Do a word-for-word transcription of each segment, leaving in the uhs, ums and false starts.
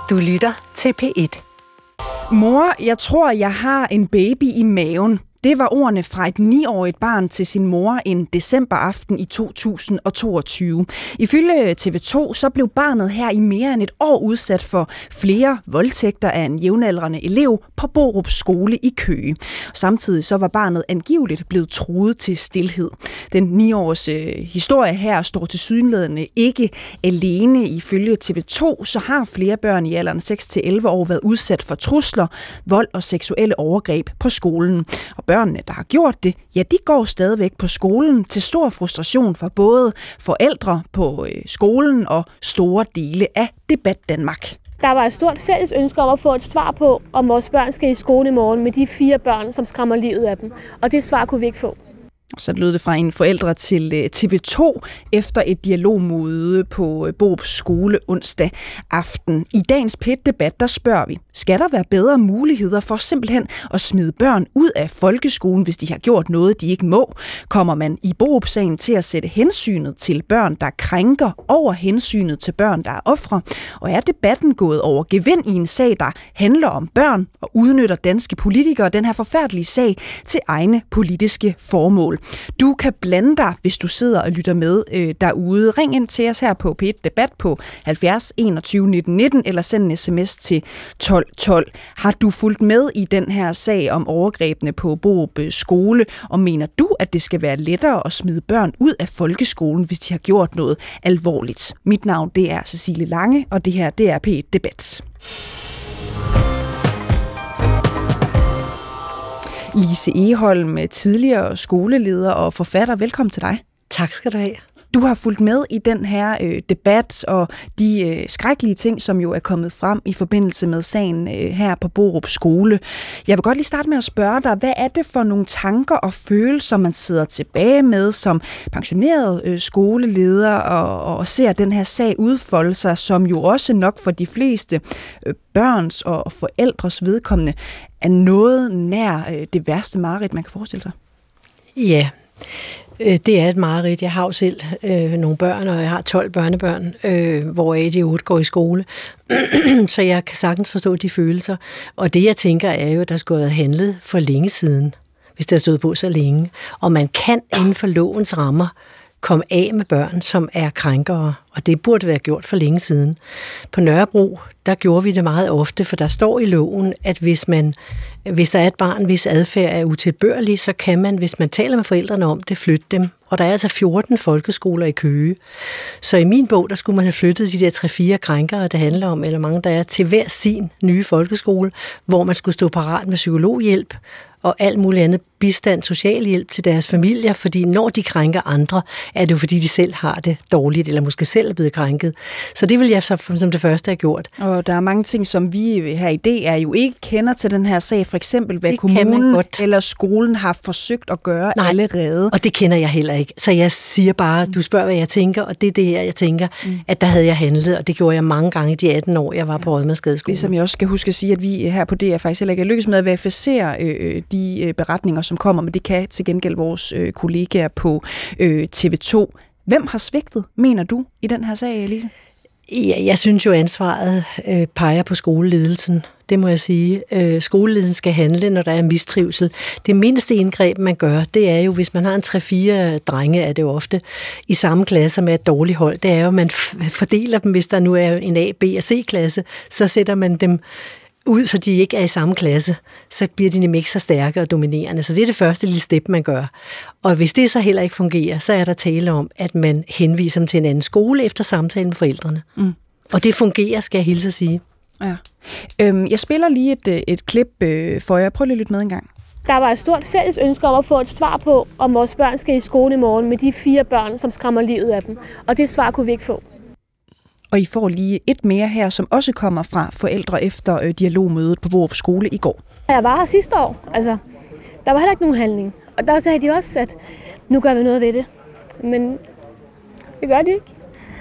Du lytter til P et. Mor, jeg tror, jeg har en baby i maven. Det var ordene fra et niårigt barn til sin mor en decemberaften i to tusind og toogtyve. Ifølge T V to så blev barnet her i mere end et år udsat for flere voldtægter af en jævnaldrende elev på Borup Skole i Køge. Samtidig så var barnet angiveligt blevet truet til stilhed. Den niårs øh, historie her står tilsyneladende ikke alene. Ifølge T V to så har flere børn i alderen seks til elleve år været udsat for trusler, vold og seksuelle overgreb på skolen. Og børnene, der har gjort det, ja, de går stadigvæk på skolen til stor frustration for både forældre på øh, skolen og store dele af Debat Danmark. Der var et stort fælles ønske om at få et svar på, om vores børn skal i skole i morgen med de fire børn, som skræmmer livet af dem. Og det svar kunne vi ikke få. Så lød det fra en forældre til T V to efter et dialogmøde på Borup Skole onsdag aften. I dagens P et-debat, der spørger vi, skal der være bedre muligheder for simpelthen at smide børn ud af folkeskolen, hvis de har gjort noget, de ikke må? Kommer man i Borup-sagen til at sætte hensynet til børn, der krænker, over hensynet til børn, der er ofre? Og er debatten gået over gevind i en sag, der handler om børn og udnytter danske politikere den her forfærdelige sag til egne politiske formål? Du kan blande dig, hvis du sidder og lytter med øh, derude. Ring ind til os her på P et Debat på halvfjerds enogtyve nitten nitten eller send en sms til tolv tolv. Har du fulgt med i den her sag om overgrebene på Borup Skole, og mener du, at det skal være lettere at smide børn ud af folkeskolen, hvis de har gjort noget alvorligt? Mit navn, det er Cecilie Lange, og det her, det er P et Debat. Lise Egholm, tidligere skoleleder og forfatter. Velkommen til dig. Tak skal du have. Du har fulgt med i den her øh, debat og de øh, skrækkelige ting, som jo er kommet frem i forbindelse med sagen øh, her på Borup Skole. Jeg vil godt lige starte med at spørge dig, hvad er det for nogle tanker og følelser, man sidder tilbage med som pensioneret øh, skoleleder og, og ser den her sag udfolde sig, som jo også nok for de fleste øh, børns og forældres vedkommende er noget nær øh, det værste mareridt, man kan forestille sig? Ja, det er et mareridt. Jeg har jo selv øh, nogle børn, og jeg har tolv børnebørn, øh, hvoraf de otte går i skole. Så jeg kan sagtens forstå de følelser. Og det, jeg tænker, er jo, at der skulle have handlet for længe siden, hvis der stod på så længe. Og man kan inden for lovens rammer komme af med børn, som er krænkere, og det burde være gjort for længe siden. På Nørrebro, der gjorde vi det meget ofte, for der står i loven, at hvis, man, hvis der er et barn, hvis adfærd er utilbørlig, så kan man, hvis man taler med forældrene om det, flytte dem. Og der er altså fjorten folkeskoler i Køge. Så i min bog, der skulle man have flyttet de der tre-fire krænkere, det handler om, eller mange der er, til hver sin nye folkeskole, hvor man skulle stå parat med psykologhjælp, og alt muligt andet bistand, socialhjælp til deres familier, fordi når de krænker andre, er det jo fordi, de selv har det dårligt, eller måske selv er blevet krænket. Så det vil jeg så som det første have gjort. Og der er mange ting, som vi her i D R jo ikke kender til den her sag, for eksempel hvad det kommunen eller skolen har forsøgt at gøre Nej, allerede. Og det kender jeg heller ikke. Så jeg siger bare, du spørger, hvad jeg tænker, og det er det her, jeg tænker, mm. at der havde jeg handlet, og det gjorde jeg mange gange i de atten år, jeg var på Rådmandsgadeskolen. Det som jeg også skal huske at sige, at vi her på D R faktisk heller ikke er lykkes med at verificere øh, de øh, beretninger, som kommer, men det kan til gengæld vores øh, kollegaer på øh, T V to. Hvem har svigtet, mener du, i den her sag, Lise? Ja, jeg synes jo, ansvaret øh, peger på skoleledelsen. Det må jeg sige. Øh, skoleledelsen skal handle, når der er mistrivsel. Det mindste indgreb, man gør, det er jo, hvis man har en tre-fire drenge, er det jo ofte, i samme klasse med et dårligt hold, det er jo, at man f- fordeler dem, hvis der nu er en A, B og C-klasse, så sætter man dem ud, så de ikke er i samme klasse, så bliver de nemlig ikke så stærke og dominerende. Så det er det første lille step, man gør. Og hvis det så heller ikke fungerer, så er der tale om, at man henviser dem til en anden skole efter samtalen med forældrene. Mm. Og det fungerer, skal jeg hilse at sige. Ja. Øhm, jeg spiller lige et, et klip øh, for jer. Prøv lige at lytte med en gang. Der var et stort fælles ønske om at få et svar på, om vores børn skal i skole i morgen med de fire børn, som skræmmer livet af dem. Og det svar kunne vi ikke få. Og I får lige et mere her, som også kommer fra forældre efter øh, dialogmødet på Borup Skole i går. Jeg var her sidste år. Altså, der var heller ikke nogen handling. Og der sagde de også, at nu gør vi noget ved det. Men det gør de ikke.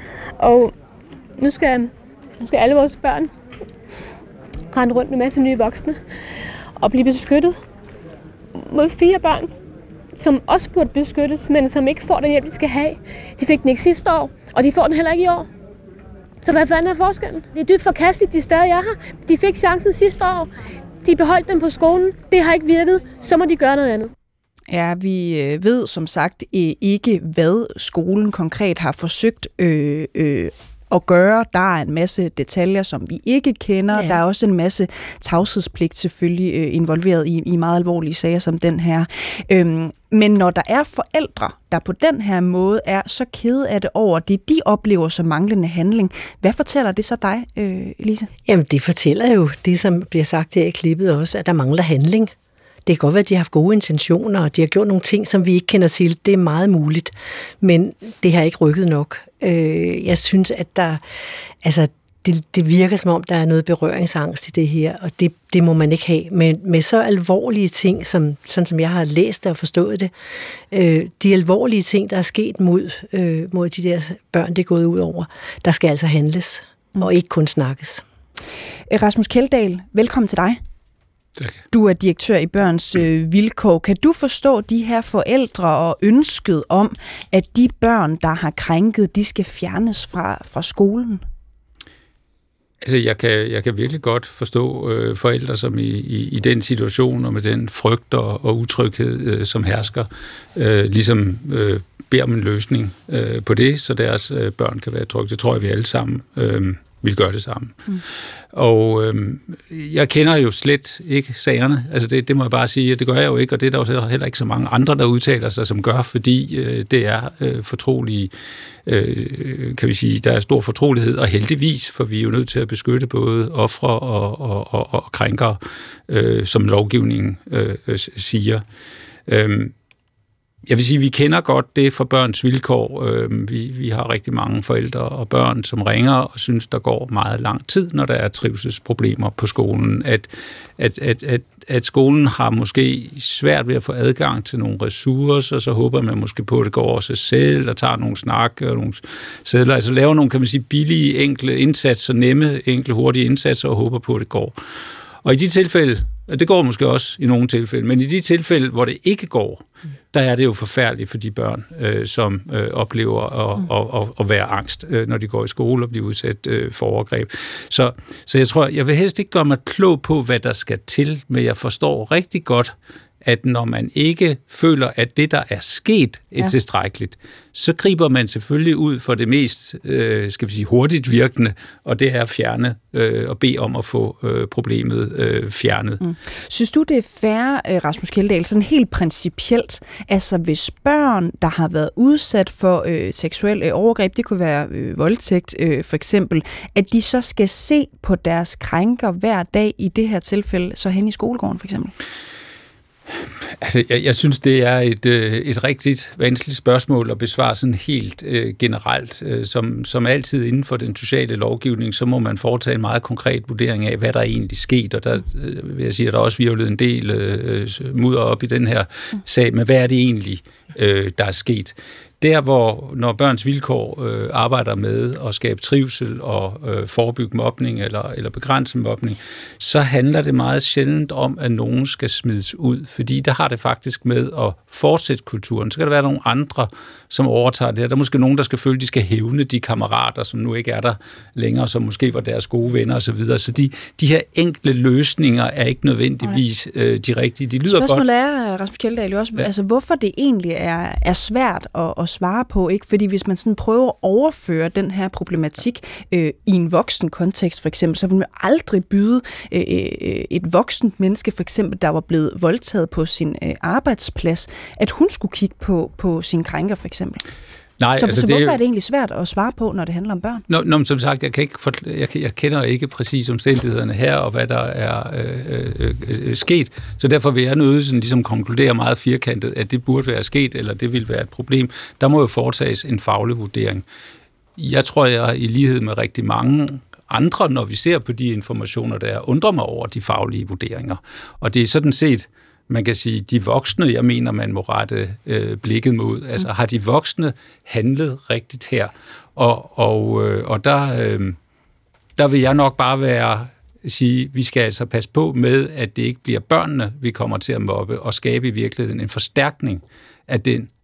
Og nu skal, nu skal alle vores børn rende rundt med en masse nye voksne og blive beskyttet mod fire børn, som også burde beskyttes, men som ikke får den hjælp, de skal have. De fik den ikke sidste år, og de får den heller ikke i år. Så hvad fanden er forskellen? Det er dybt forkasteligt, de steder, jeg har. De fik chancen sidste år. De beholdt dem på skolen. Det har ikke virket. Så må de gøre noget andet. Ja, vi ved som sagt ikke, hvad skolen konkret har forsøgt øh, øh, at gøre. Der er en masse detaljer, som vi ikke kender. Ja. Der er også en masse tavshedspligt selvfølgelig øh, involveret i, i meget alvorlige sager som den her. Øhm, men når der er forældre, der på den her måde er så kede af det over det, de oplever som manglende handling, hvad fortæller det så dig, øh, Elise? Jamen, det fortæller jo det, som bliver sagt her i klippet også, at der mangler handling. Det kan godt være, at de har haft gode intentioner, og de har gjort nogle ting, som vi ikke kender til. Det er meget muligt, men det har ikke rykket nok. Jeg synes, at der, altså, det, det virker som om, der er noget berøringsangst i det her, og det, det må man ikke have. Men med så alvorlige ting, som, sådan som jeg har læst og forstået det, de alvorlige ting, der er sket mod, mod de der børn, det er gået ud over, der skal altså handles, og ikke kun snakkes. Rasmus Kjeldahl, velkommen til dig. Tak. Du er direktør i Børns øh, Vilkår. Kan du forstå de her forældre og ønsket om, at de børn, der har krænket, de skal fjernes fra, fra skolen? Altså, jeg kan, jeg kan virkelig godt forstå øh, forældre, som i, i, i den situation og med den frygt og, og utryghed, øh, som hersker, øh, ligesom øh, beder om en løsning øh, på det, så deres øh, børn kan være trygge. Det tror jeg, vi alle sammen øh, vil gøre det samme. Mm. Og øh, jeg kender jo slet ikke sagerne, altså det, det må jeg bare sige, det gør jeg jo ikke, og det er der jo heller ikke så mange andre, der udtaler sig, som gør, fordi øh, det er øh, fortrolige, øh, kan vi sige, der er stor fortrolighed, og heldigvis, for vi er jo nødt til at beskytte både ofre og, og, og, og krænkere, øh, som lovgivningen øh, siger. Øh, Jeg vil sige, at vi kender godt det fra Børns Vilkår. Vi, vi har rigtig mange forældre og børn, som ringer og synes, der går meget lang tid, når der er trivselsproblemer på skolen. At, at, at, at, at skolen har måske svært ved at få adgang til nogle ressourcer, så håber man måske på, at det går over sig selv, og tager nogle snakke og nogle sædler. Altså laver nogle, kan man sige, billige, enkle indsatser, nemme, enkle, hurtige indsatser, og håber på, at det går. Og i de tilfælde, og det går måske også i nogle tilfælde, men i de tilfælde, hvor det ikke går, der er det jo forfærdeligt for de børn, øh, som øh, oplever at, at, at, at være angst, øh, når de går i skole og bliver udsat øh, for overgreb. Så, så jeg tror, jeg vil helst ikke gøre mig klog på, hvad der skal til, men jeg forstår rigtig godt, at når man ikke føler, at det, der er sket, er ja. tilstrækkeligt, så griber man selvfølgelig ud for det mest, øh, skal vi sige, hurtigt virkende, og det er at fjerne øh, og bede om at få øh, problemet øh, fjernet. Mm. Synes du, det er fair, Rasmus Kjeldahl, sådan helt principielt, altså hvis børn, der har været udsat for øh, seksuel øh, overgreb, det kunne være øh, voldtægt øh, for eksempel, at de så skal se på deres krænker hver dag, i det her tilfælde, så hen i skolegården for eksempel? Altså, jeg, jeg synes, det er et, et rigtigt vanskeligt spørgsmål at besvare sådan helt øh, generelt. Øh, som, som altid inden for den sociale lovgivning, så må man foretage en meget konkret vurdering af, hvad der egentlig sket. Og der øh, vil jeg sige, at der også virvlet en del øh, mudder op i den her sag, men hvad er det egentlig, øh, der er sket? Der, hvor når Børns Vilkår øh, arbejder med at skabe trivsel og øh, forebygge mobning eller, eller begrænse mobning, så handler det meget sjældent om, at nogen skal smides ud, fordi der har det faktisk med at fortsætte kulturen. Så kan der være nogle andre, som overtager det her. Der er måske nogen, der skal føle, at de skal hævne de kammerater, som nu ikke er der længere, som måske var deres gode venner osv. Så, videre. så de, de her enkle løsninger er ikke nødvendigvis øh, de rigtige. De lyder Spørgsmålet godt. er, Rasmus Kjeldahl, også, ja. altså, hvorfor det egentlig er, er svært at, at svare på, ikke? Fordi hvis man sådan prøver at overføre den her problematik øh, i en voksen kontekst for eksempel, så vil man aldrig byde øh, et voksent menneske for eksempel, der var blevet voldtaget på sin øh, arbejdsplads, at hun skulle kigge på, på sin krænker for eksempel. Nej, så, altså så det hvorfor er, er det egentlig svært at svare på, når det handler om børn? Nå, nå, som sagt, jeg, kan ikke fortæ- jeg, jeg kender ikke præcis omstændighederne her, og hvad der er øh, øh, øh, sket, så derfor vil jeg nødt sådan ligesom konkludere meget firkantet, at det burde være sket, eller det ville være et problem. Der må jo foretages en faglig vurdering. Jeg tror, jeg i lighed med rigtig mange andre, når vi ser på de informationer, der undrer mig over de faglige vurderinger. Og det er sådan set, man kan sige, de voksne, jeg mener, man må rette øh, blikket mod. Altså, har de voksne handlet rigtigt her? Og, og, øh, og der, øh, der vil jeg nok bare være sige, vi skal altså passe på med, at det ikke bliver børnene, vi kommer til at mobbe, og skabe i virkeligheden en forstærkning af den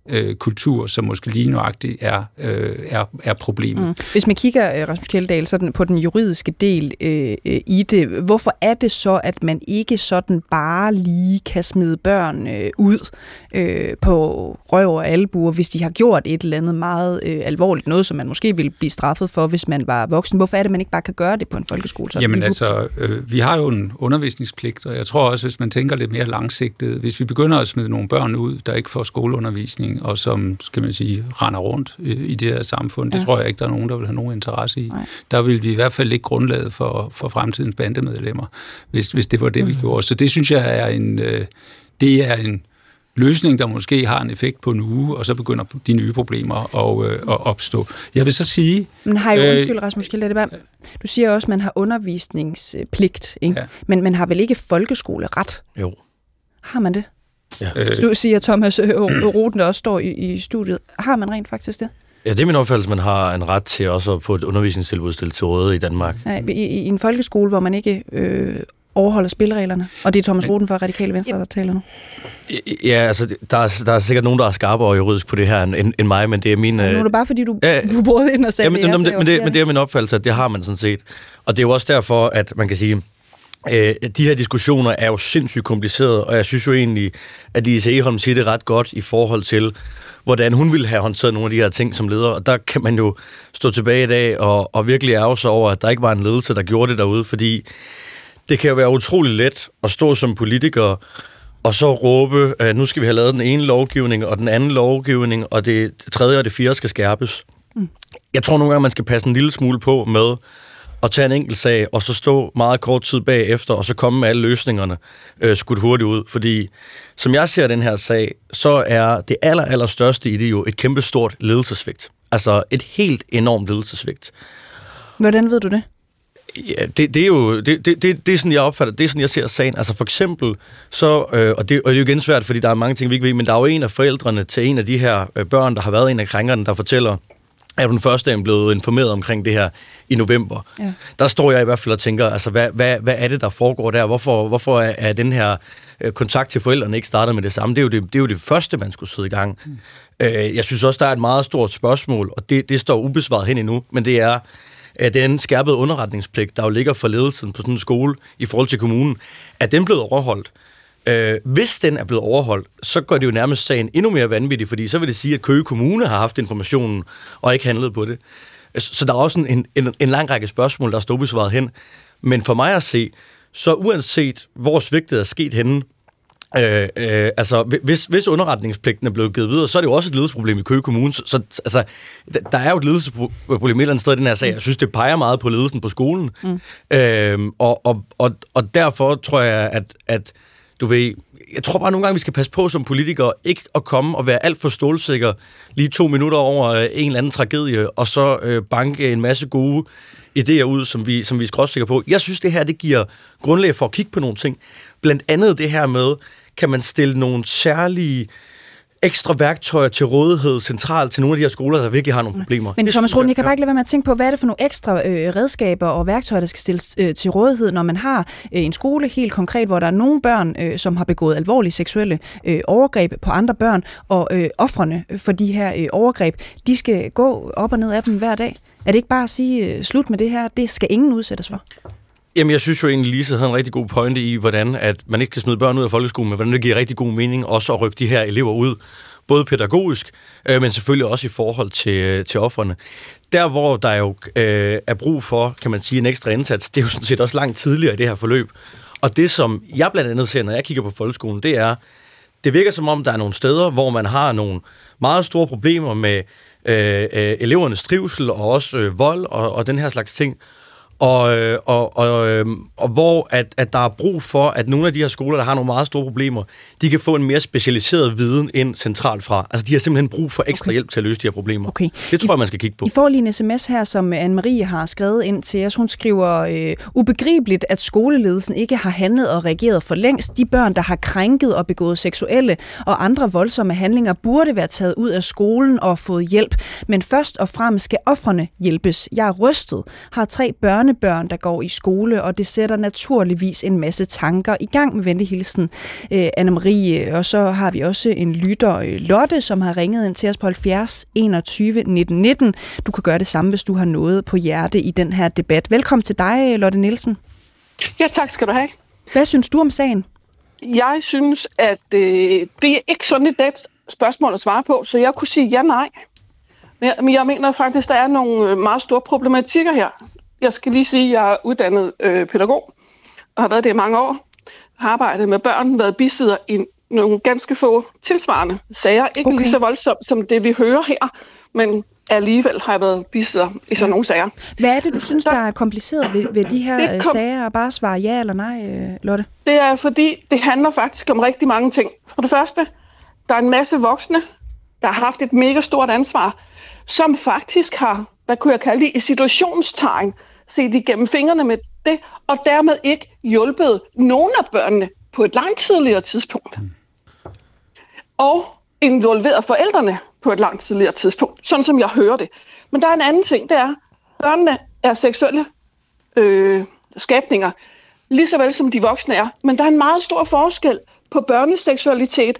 øh, kultur, som måske lige nøjagtigt er, øh, er, er problemet. Mm. Hvis man kigger, Rasmus Kjeldahl, sådan på den juridiske del øh, i det, hvorfor er det så, at man ikke sådan bare lige kan smide børn øh, ud øh, på røv og albuer, hvis de har gjort et eller andet meget øh, alvorligt, noget som man måske ville blive straffet for, hvis man var voksen? Hvorfor er det, man ikke bare kan gøre det på en folkeskole? Så Jamen altså, øh, vi har jo en undervisningspligt, og jeg tror også, hvis man tænker lidt mere langsigtet, hvis vi begynder at smide nogle børn ud, der ikke får skoleundervisning, og som, skal man sige, render rundt i, i det her samfund, ja. Det tror jeg ikke, der er nogen, der vil have nogen interesse i. Nej. Der vil vi i hvert fald ikke grundlaget for, for fremtidens bandemedlemmer, hvis, hvis det var det, vi mm. gjorde. Så det synes jeg er en, øh, det er en løsning, der måske har en effekt på en uge, og så begynder de nye problemer at, øh, at opstå. Jeg vil så sige... Men har jo undskyld, Rasmus Kjeldahl, du siger også, at man har undervisningspligt, ikke? Ja. Men man har vel ikke folkeskoleret? Jo. Har man det? Ja. Du siger Thomas Roden, der også står i, i studiet. Har man rent faktisk det? Ja, det er min opfattelse, man har en ret til også at få et undervisningstilbud stillet til rådighed i Danmark. Ja, i, i en folkeskole, hvor man ikke øh, overholder spillereglerne. Og det er Thomas Roden fra Radikale Venstre, der taler nu. Ja, altså, der er, der er sikkert nogen, der er skarpere og juridisk på det her end, end mig, men det er min... Ja, nu er det bare, fordi du, ja, du brød ind og sagde, ja, men, det, men, det, men, det, men det er min opfattelse, at det har man sådan set. Og det er jo også derfor, at man kan sige... Øh, de her diskussioner er jo sindssygt komplicerede, og jeg synes jo egentlig, at Lise Egholm siger det ret godt i forhold til, hvordan hun ville have håndteret nogle af de her ting som leder. Og der kan man jo stå tilbage i dag og, og virkelig ærge sig over, at der ikke var en ledelse, der gjorde det derude, fordi det kan jo være utrolig let at stå som politiker og så råbe, at nu skal vi have lavet den ene lovgivning og den anden lovgivning, og det tredje og det fjerde skal skærpes. Mm. Jeg tror nogle gange, man skal passe en lille smule på med og tage en enkelt sag, og så stå meget kort tid bagefter, og så komme med alle løsningerne øh, skudt hurtigt ud. Fordi, som jeg ser den her sag, så er det aller, aller største i det jo et kæmpestort ledelsesvigt. Altså et helt enormt ledelsesvigt. Hvordan ved du det? Ja, det, det er jo, det, det, det, det er sådan, jeg opfatter, det er sådan, jeg ser sagen. Altså for eksempel, så, øh, og, det, og det er jo igen svært, fordi der er mange ting, vi ikke ved, men der er jo en af forældrene til en af de her øh, børn, der har været en af krænkerne, der fortæller, er den første dag blevet informeret omkring det her i november. Ja. Der står jeg i hvert fald og tænker, altså hvad, hvad, hvad er det, der foregår der? Hvorfor, hvorfor er, er den her øh, kontakt til forældrene ikke startet med det samme? Det er jo det, det, er jo det første, man skulle sidde i gang. Mm. Øh, jeg synes også, der er et meget stort spørgsmål, og det, det står ubesvaret hen endnu, men det er, at den skærpede underretningspligt, der jo ligger for ledelsen på sådan en skole i forhold til kommunen, er den blevet overholdt? Øh, hvis den er blevet overholdt, så gør det jo nærmest sagen endnu mere vanvittig, fordi så vil det sige, at Køge Kommune har haft informationen og ikke handlet på det. Så der er også en, en, en lang række spørgsmål, der står ubesvaret hen. Men for mig at se, så uanset hvor svigtet er sket henne, øh, øh, altså hvis, hvis underretningspligten er blevet givet videre, så er det jo også et ledelsesproblem i Køge Kommune. Så, så altså, der er jo et ledelsesproblem et eller andet sted i den her sag. Jeg synes, det peger meget på ledelsen på skolen. Mm. Øh, og, og, og, og derfor tror jeg, at, at du ved, jeg tror bare nogle gange, vi skal passe på som politikere, ikke at komme og være alt for stålsikker lige to minutter over øh, en eller anden tragedie, og så øh, banke en masse gode idéer ud, som vi, som vi er skråsikre på. Jeg synes, det her, det giver grundlag for at kigge på nogle ting. Blandt andet det her med, kan man stille nogle særlige ekstra værktøjer til rådighed centralt til nogle af de her skoler, der virkelig har nogle problemer. Men Thomas Roden, jeg kan bare ikke lade være med at tænke på, hvad er det for nogle ekstra øh, redskaber og værktøjer, der skal stilles øh, til rådighed, når man har øh, en skole helt konkret, hvor der er nogle børn, øh, som har begået alvorlige seksuelle øh, overgreb på andre børn, og øh, ofrene for de her øh, overgreb, de skal gå op og ned af dem hver dag. Er det ikke bare at sige, øh, slut med det her, det skal ingen udsættes for? Jamen, jeg synes jo egentlig, Lise havde en rigtig god pointe i, hvordan at man ikke kan smide børn ud af folkeskolen, men hvordan det giver rigtig god mening også at rykke de her elever ud, både pædagogisk, øh, men selvfølgelig også i forhold til, til ofrene. Der, hvor der jo øh, er brug for, kan man sige, en ekstra indsats, det er jo sådan set også langt tidligere i det her forløb. Og det, som jeg blandt andet ser, når jeg kigger på folkeskolen, det er, det virker som om, der er nogle steder, hvor man har nogle meget store problemer med øh, øh, elevernes trivsel og også øh, vold og, og den her slags ting. Og, og, og, og hvor at, at der er brug for, at nogle af de her skoler, der har nogle meget store problemer, de kan få en mere specialiseret viden ind centralt fra. Altså, de har simpelthen brug for ekstra okay. hjælp til at løse de her problemer. Okay. Det tror I, jeg, man skal kigge på. I får lige en sms her, som Anne-Marie har skrevet ind til os. Hun skriver, øh, ubegribeligt, at skoleledelsen ikke har handlet og reageret for længst. De børn, der har krænket og begået seksuelle og andre voldsomme handlinger, burde være taget ud af skolen og fået hjælp. Men først og fremmest skal ofrene hjælpes. Jeg er rystet, har tre børn børnebørn, der går i skole, og det sætter naturligvis en masse tanker i gang. Med venlig hilsen, øh, Anne-Marie. Og så har vi også en lytter, øh, Lotte, som har ringet ind til os på halvfjerds enogtyve nitten nitten. Du kan gøre det samme, hvis du har noget på hjerte i den her debat. Velkommen til dig, Lotte Nielsen. Ja, tak skal du have. Hvad synes du om sagen? Jeg synes, at øh, det er ikke sådan et let spørgsmål at svare på, så jeg kunne sige ja-nej. Men jeg, men jeg mener faktisk, der er nogle meget store problematikker her. Jeg skal lige sige, at jeg er uddannet øh, pædagog, og har været det i mange år. Har arbejdet med børn, været bisidder i nogle ganske få tilsvarende sager. Ikke okay. Lige så voldsomt som det, vi hører her, men alligevel har jeg været bisidder i sådan nogle sager. Hvad er det, du synes, der er kompliceret ved, ved de her kom... sager, og bare svare ja eller nej, Lotte? Det er, fordi det handler faktisk om rigtig mange ting. For det første, der er en masse voksne, der har haft et mega stort ansvar, som faktisk har, hvad kunne jeg kalde det, i situationstegn, set igennem fingrene med det, og dermed ikke hjulpet nogen af børnene på et langt tidligere tidspunkt. Og involveret forældrene på et langt tidligere tidspunkt, sådan som jeg hører det. Men der er en anden ting, det er, at børnene er seksuelle øh, skabninger, lige så vel som de voksne er. Men der er en meget stor forskel på børneseksualitet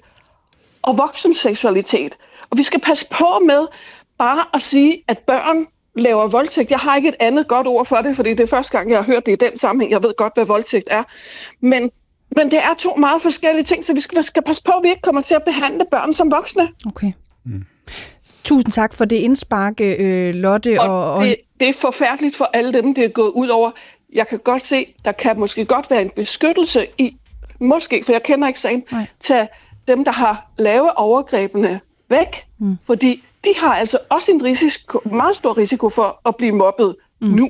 og voksenseksualitet. Og vi skal passe på med bare at sige, at børn laver voldtægt. Jeg har ikke et andet godt ord for det, fordi det er første gang, jeg har hørt det i den sammenhæng. Jeg ved godt, hvad voldtægt er. Men, men det er to meget forskellige ting, så vi skal, skal passe på, at vi ikke kommer til at behandle børn som voksne. Okay. Mm. Tusind tak for det indspark, øh, Lotte. Og, og det, det er forfærdeligt for alle dem, det er gået ud over. Jeg kan godt se, der kan måske godt være en beskyttelse i, måske, for jeg kender ikke sagen, Nej. til dem, der har lavet overgrebene væk, mm. fordi de har altså også en risiko, meget stor risiko for at blive mobbet mm. nu.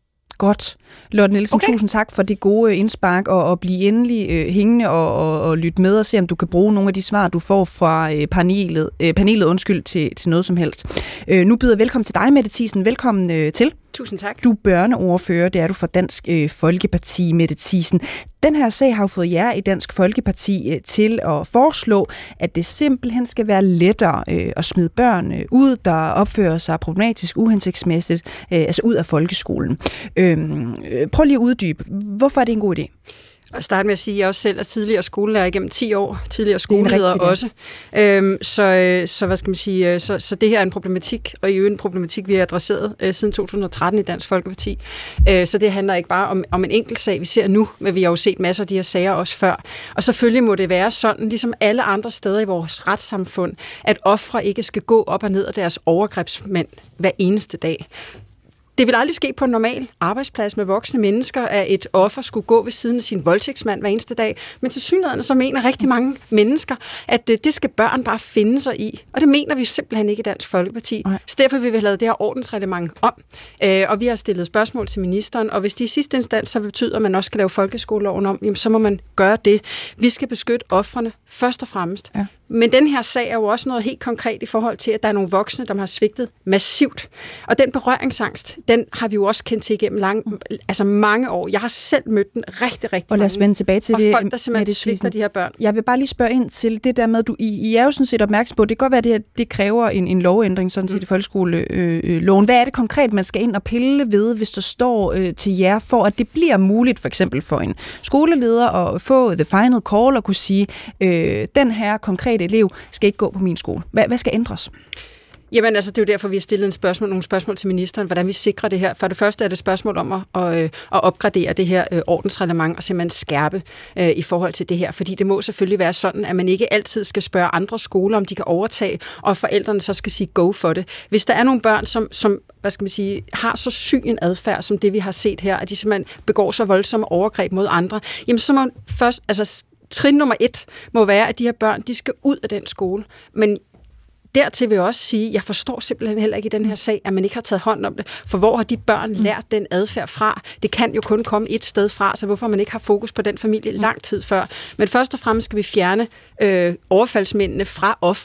Godt. Lotte Nielsen, okay. Tusind tak for det gode indspark, og, og blive endelig øh, hængende og, og, og lytte med og se, om du kan bruge nogle af de svar, du får fra øh, panelet, øh, panelet undskyld, til, til noget som helst. Øh, nu byder jeg velkommen til dig, Mette Thiesen. Velkommen øh, til. Tusind tak. Du er børneordfører, det er du for Dansk øh, Folkeparti, Mette Thiesen. Den her sag har jo fået jer i Dansk Folkeparti øh, til at foreslå, at det simpelthen skal være lettere øh, at smide børn øh, ud, der opfører sig problematisk, uhensigtsmæssigt, øh, altså ud af folkeskolen. Øh, prøv lige at uddybe, hvorfor er det en god idé? Og starte med at sige, at jeg også selv er tidligere skolelærer igennem ti år, tidligere skoleleder også. Øhm, så, så hvad skal man sige, så, så det her er en problematik, og i øvrigt en problematik, vi har adresseret øh, siden to tusind og tretten i Dansk Folkeparti. Øh, så det handler ikke bare om, om en enkelt sag, vi ser nu, men vi har jo set masser af de her sager også før. Og selvfølgelig må det være sådan, ligesom alle andre steder i vores retssamfund, at ofre ikke skal gå op og ned af deres overgrebsmænd hver eneste dag. Det vil aldrig ske på en normal arbejdsplads med voksne mennesker, at et offer skulle gå ved siden af sin voldtægtsmand hver eneste dag. Men til synligheden så mener rigtig mange mennesker, at det skal børn bare finde sig i. Og det mener vi simpelthen ikke i Dansk Folkeparti. Nej. Så derfor vil vi have lavet det her ordensreglement om. Og vi har stillet spørgsmål til ministeren, og hvis det i sidste instans så betyder, at man også skal lave folkeskoleloven om, jamen, så må man gøre det. Vi skal beskytte ofrene først og fremmest. Ja. Men den her sag er jo også noget helt konkret i forhold til, at der er nogle voksne, der har svigtet massivt. Og den berøringsangst, den har vi jo også kendt til igennem lang, altså mange år. Jeg har selv mødt den rigtig, rigtig og lad os vende tilbage til og det. folk, der simpelthen svigter de her børn. Jeg vil bare lige spørge ind til det der med, at du, I, I er jo sådan set opmærksom på, det kan godt være, at det, det kræver en, en lovændring, sådan set mm. i folkeskoleloven. Øh, Hvad er det konkret, man skal ind og pille ved, hvis der står øh, til jer, for at det bliver muligt, for eksempel for en skoleleder at få the final call og kunne sige, øh, den her konkret elev skal ikke gå på min skole. Hvad, hvad skal ændres? Jamen altså, det er jo derfor, vi har stillet en spørgsmål, nogle spørgsmål til ministeren, hvordan vi sikrer det her. For det første er det spørgsmål om at, at, at opgradere det her øh, ordensreglement og simpelthen skærpe øh, i forhold til det her. Fordi det må selvfølgelig være sådan, at man ikke altid skal spørge andre skoler, om de kan overtage, og forældrene så skal sige go for det. Hvis der er nogle børn, som, som hvad skal man sige, har så syg en adfærd, som det vi har set her, at de simpelthen begår så voldsomme overgreb mod andre, jamen så må man først, altså trin nummer et må være, at de her børn, de skal ud af den skole. Men dertil vil jeg også sige, at jeg forstår simpelthen heller ikke i den her sag, at man ikke har taget hånd om det. For hvor har de børn lært den adfærd fra? Det kan jo kun komme et sted fra, så hvorfor man ikke har fokus på den familie lang tid før. Men først og fremmest skal vi fjerne øh, overfaldsmændene fra ofrene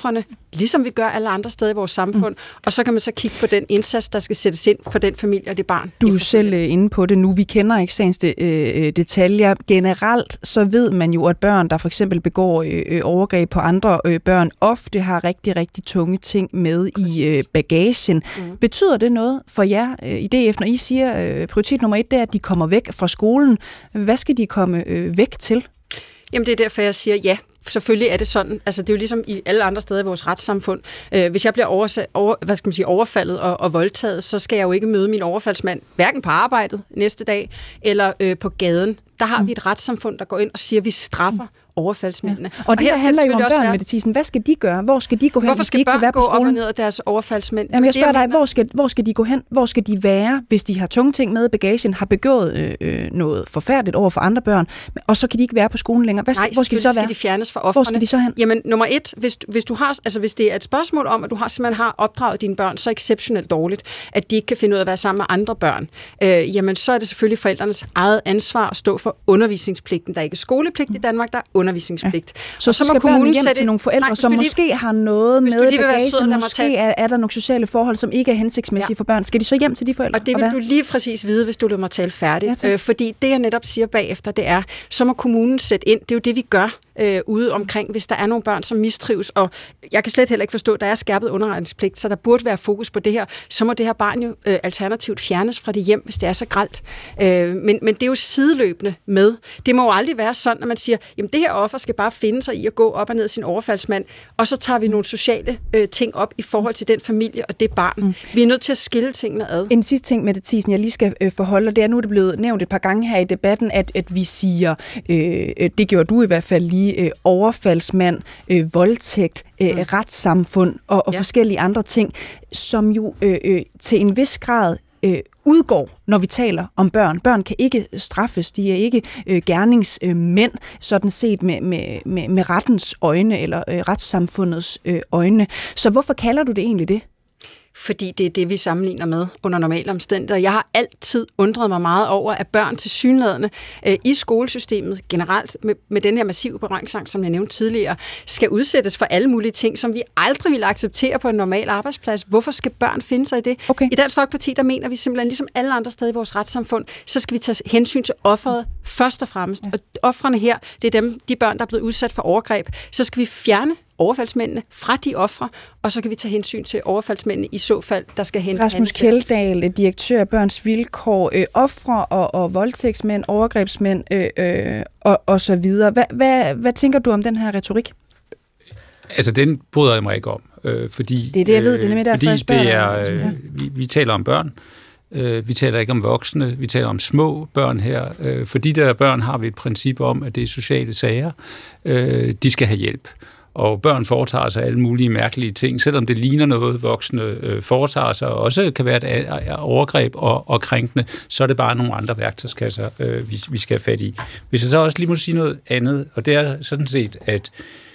ligesom vi gør alle andre steder i vores samfund, mm. og så kan man så kigge på den indsats, der skal sættes ind for den familie og det barn. Du er selv inde på det nu. Vi kender ikke sagens de, øh, detaljer. Generelt så ved man jo, at børn, der for eksempel begår øh, overgreb på andre øh, børn, ofte har rigtig, rigtig tunge ting med Præcis. i øh, bagagen. Mm. Betyder det noget for jer øh, i D F, når I siger, øh, prioritet nummer et, det er, at de kommer væk fra skolen? Hvad skal de komme øh, væk til? Jamen det er derfor, jeg siger ja. Selvfølgelig er det sådan. Altså, det er jo ligesom i alle andre steder i vores retssamfund. Øh, hvis jeg bliver oversa- over, hvad skal man sige, overfaldet og, og voldtaget, så skal jeg jo ikke møde min overfaldsmand, hverken på arbejdet næste dag, eller øh, på gaden. Der har vi et retssamfund, der går ind og siger, at vi straffer overfaldsmændene. Ja. Og, og det her handler jo om børn, Mette Thiesen. Hvad skal de gøre? Hvor skal de gå hen, Hvorfor skal hvis de ikke være på skolen? Hvorfor skal børn gå op og ned af deres overfaldsmænd? Jamen, jeg spørger dig, hvor skal, hvor skal de gå hen? Hvor skal de være, hvis de har tunge ting med i bagagen, har begået øh, noget forfærdeligt over for andre børn, og så kan de ikke være på skolen længere? Hvad skal, Nej, hvor skal de så være? skal de fjernes fra ofrene. Hvor skal de så hen? Jamen, nummer et, hvis, hvis, du har, altså, hvis det er et spørgsmål om, at du har, simpelthen har opdraget dine børn så exceptionelt dårligt, at de ikke kan finde ud af at være sammen med andre børn, øh, jamen, så er det selvfølgelig forældrenes eget ansvar at stå for undervisningspligten. Der er ikke skolepligt i Danmark, der er undervisningspligt. Ja. Så, så, så skal børnene hjem til nogle forældre, nej, som lige, måske har noget med bagagen, måske er, er der nogle sociale forhold, som ikke er hensigtsmæssige ja. for børn. Skal de så hjem til de forældre? Og det vil og du lige præcis vide, hvis du lader mig tale færdigt. Ja, øh, fordi det, jeg netop siger bagefter, det er, så må kommunen sætte ind. Det er jo det, vi gør øh, ude omkring, hvis der er nogle børn, som mistrives. Og jeg kan slet heller ikke forstå, at der er skærpet underretningspligt, så der burde være fokus på det her. Så må det her barn jo øh, alternativt fjernes fra det hjem, hvis det er så grelt. Øh, men, men det er jo sideløbende med. Det må jo aldrig være sådan, at man siger, jamen det her offer skal bare finde sig i at gå op og ned af sin overfaldsmand, og så tager vi nogle sociale øh, ting op i forhold til den familie og det barn. Mm. Vi er nødt til at skille tingene ad. En sidste ting, Mette Thiesen, jeg lige skal øh, forholde, og det er nu, det er blevet nævnt et par gange her i debatten, at, at vi siger, øh, det gjorde du i hvert fald lige, øh, overfaldsmand, øh, voldtægt, øh, mm. retssamfund og, og ja. forskellige andre ting, som jo øh, øh, til en vis grad øh, udgår, når vi taler om børn. Børn kan ikke straffes, de er ikke øh, gerningsmænd, øh, sådan set med, med, med, med rettens øjne, eller øh, retssamfundets øh, øjne. Så hvorfor kalder du det egentlig det? Fordi det er det, vi sammenligner med under normale omstændigheder. Jeg har altid undret mig meget over, at børn tilsyneladende øh, i skolesystemet generelt, med, med den her massive berøringsangst, som jeg nævnte tidligere, skal udsættes for alle mulige ting, som vi aldrig vil acceptere på en normal arbejdsplads. Hvorfor skal børn finde sig i det? Okay. I Dansk Folkeparti, der mener vi simpelthen, ligesom alle andre steder i vores retssamfund, så skal vi tage hensyn til offeret først og fremmest. Ja. Og ofrene her, det er dem, de børn, der er blevet udsat for overgreb. Så skal vi fjerne overfaldsmændene fra de ofre, og så kan vi tage hensyn til overfaldsmændene i så fald, der skal hente Rasmus Kjeldahl, direktør af Børns Vilkår, øh, ofre og, og voldtægtsmænd, overgrebsmænd øh, øh, og, og så videre. Hvad, hvad, hvad tænker du om den her retorik? Altså, den bryder jeg mig ikke om, øh, fordi... Det er det, jeg ved, det er nemlig derfor, jeg spørger. Det er, øh, vi, vi taler om børn, øh, vi taler ikke om voksne, vi taler om små børn her. Øh, for de der børn har vi et princip om, at det er sociale sager. Øh, de skal have hjælp. Og børn foretager sig alle mulige mærkelige ting, selvom det ligner noget, voksne øh, foretager sig, og også kan være et overgreb og, og krænkende, så er det bare nogle andre værktøjskasser, øh, vi, vi skal have fat i. Hvis jeg så også lige må sige noget andet, og det er sådan set, at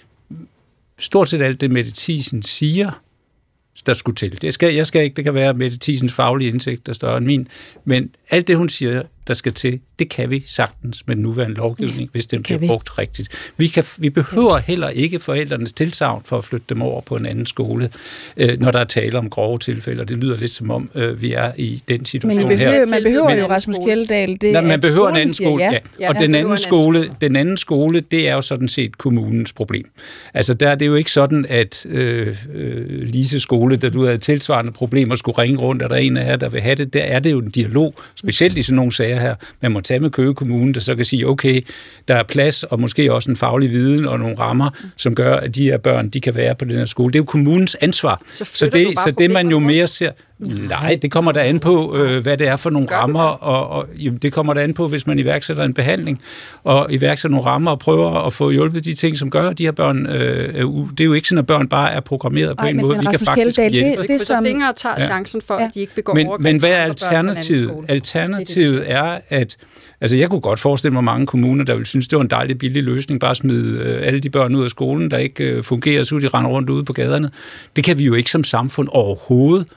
stort set alt det, Mette Thiesen siger, der skulle til. Det skal, jeg skal ikke, det kan være Mette Thiesens faglige indsigt, der er større end min, men alt det, hun siger, der skal til, det kan vi sagtens med den nuværende lovgivning, ja, hvis den bliver vi. brugt rigtigt. Vi, kan, vi behøver heller ikke forældrenes tilsagn for at flytte dem over på en anden skole, øh, når der er tale om grove tilfælde, og det lyder lidt som om, øh, vi er i den situation men behøver, her. Man behøver jo, Rasmus Kjeldahl, det Nej, man behøver en anden skole, ja. ja. ja. Og den anden, skole, den anden skole, det er jo sådan set kommunens problem. Altså, der er det jo ikke sådan, at øh, øh, Lise skole, da du havde tilsvarende problemer, skulle ringe rundt, og der er en af jer, der vil have det. Der er det jo en dialog, specielt i sådan nogle sager her. Man må tage med Køge Kommune, der så kan sige, okay, der er plads, og måske også en faglig viden og nogle rammer, som gør, at de her børn, de kan være på den her skole. Det er jo kommunens ansvar. Så, så, det, så det, man jo mere ser... Nej, det kommer der an på, øh, hvad det er for nogle rammer, og, og jamen, det kommer der an på, hvis man iværksætter en behandling, og iværksætter nogle rammer og prøver at få hjulpet de ting, som gør, at de her børn, øh, det er jo ikke sådan, at børn bare er programmeret på Ej, en men, måde, men, vi Rasmus kan faktisk Kjeldahl, hjælpe. Det, det som fingre og tager ja. chancen for, ja. at de ikke begår men, overgreb. Men hvad er alternativet? Alternativet er, at altså jeg kunne godt forestille mig mange kommuner, der vil synes, det var en dejlig billig løsning, bare smide øh, alle de børn ud af skolen, der ikke øh, fungerer, så de render rundt ude på gaderne. Det kan vi jo ikke som samfund overhovedet forsvare.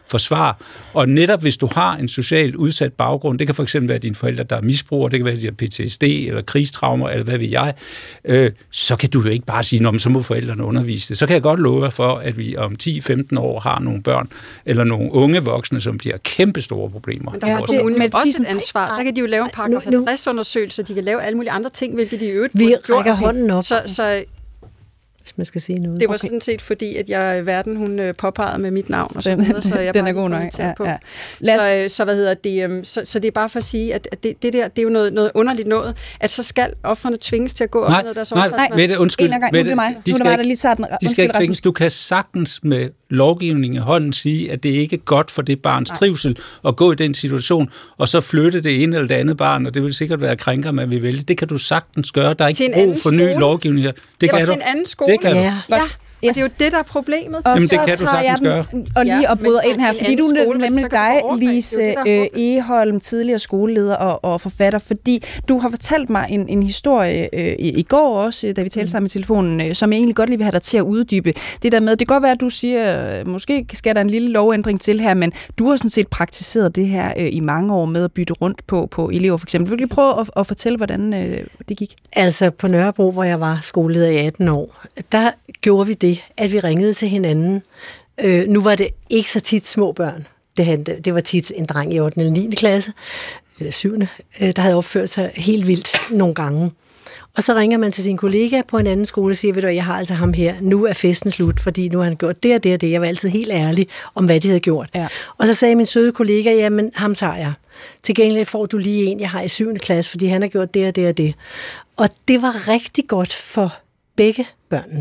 har. Og netop hvis du har en socialt udsat baggrund, det kan for eksempel være dine forældre, der er misbrugere, det kan være, de har P T S D eller krigstraumer, eller hvad ved jeg, øh, så kan du jo ikke bare sige, nå, så må forældrene undervise det. Så kan jeg godt love for, at vi om ti til femten år har nogle børn, eller nogle unge voksne, som bliver kæmpe store problemer. Men der har kommunen også et ansvar. Der kan de jo lave en paragraf halvtreds-undersøgelse, de kan lave alle mulige andre ting, hvilket de i øvrigt vi rækker hånden op. Så, så hvis man skal sige noget. Det var okay. Sådan set fordi, at jeg verden, hun påpegede med mit navn og så videre, så jeg den er god nok. Ja, på. Ja. Så, så hvad hedder det? Så, så det er bare for at sige, at det, det der, det er jo noget, noget underligt noget, at så skal ofrene tvinges til at gå op nej, med deres nej, nej, Mette, undskyld. Gang, Mette, nu er det mig. De skal, nu er det mig, der lige tager den. De skal ikke tvinges. Du kan sagtens med lovgivning i hånden sige, at det ikke er godt for det barns nej. trivsel at gå i den situation, og så flytte det ene eller det andet barn, og det vil sikkert være krænker, man vil vælge. Det kan du sagtens gøre. Der er ikke brug for ny lovgivning her. Det, det kan var du. til en anden skole. Det kan ja. du. Ja. Yes. Og det er jo det, der er problemet. Og Jamen, så det kan du tager jeg den gøre. og lige ja, og bryder ind her, fordi du skole, nemlig dig, Lise øh, Egholm, tidligere skoleleder og, og forfatter, fordi du har fortalt mig en, en historie øh, i, i går også, da vi talte sammen i telefonen, øh, som jeg egentlig godt lige vil have dig til at uddybe. Det der med, det kan godt være, at du siger, øh, måske skal der en lille lovændring til her, men du har sådan set praktiseret det her øh, i mange år med at bytte rundt på, på elever for eksempel. Vil du lige prøve at, at fortælle, hvordan øh, det gik? Altså på Nørrebro, hvor jeg var skoleleder i atten år, der gjorde vi det, at vi ringede til hinanden. Øh, nu var det ikke så tit små børn. Det, havde, det var tit en dreng i ottende eller niende klasse, eller syvende, øh, der havde opført sig helt vildt nogle gange. Og så ringer man til sin kollega på en anden skole og siger, ved du, jeg har altså ham her, nu er festen slut, fordi nu har han gjort det og det og det. Jeg var altid helt ærlig om, hvad de havde gjort. Ja. Og så sagde min søde kollega, jamen ham tager jeg. Til gengæld får du lige en, jeg har i syvende klasse, fordi han har gjort det og det og det. Og det var rigtig godt for begge børnene.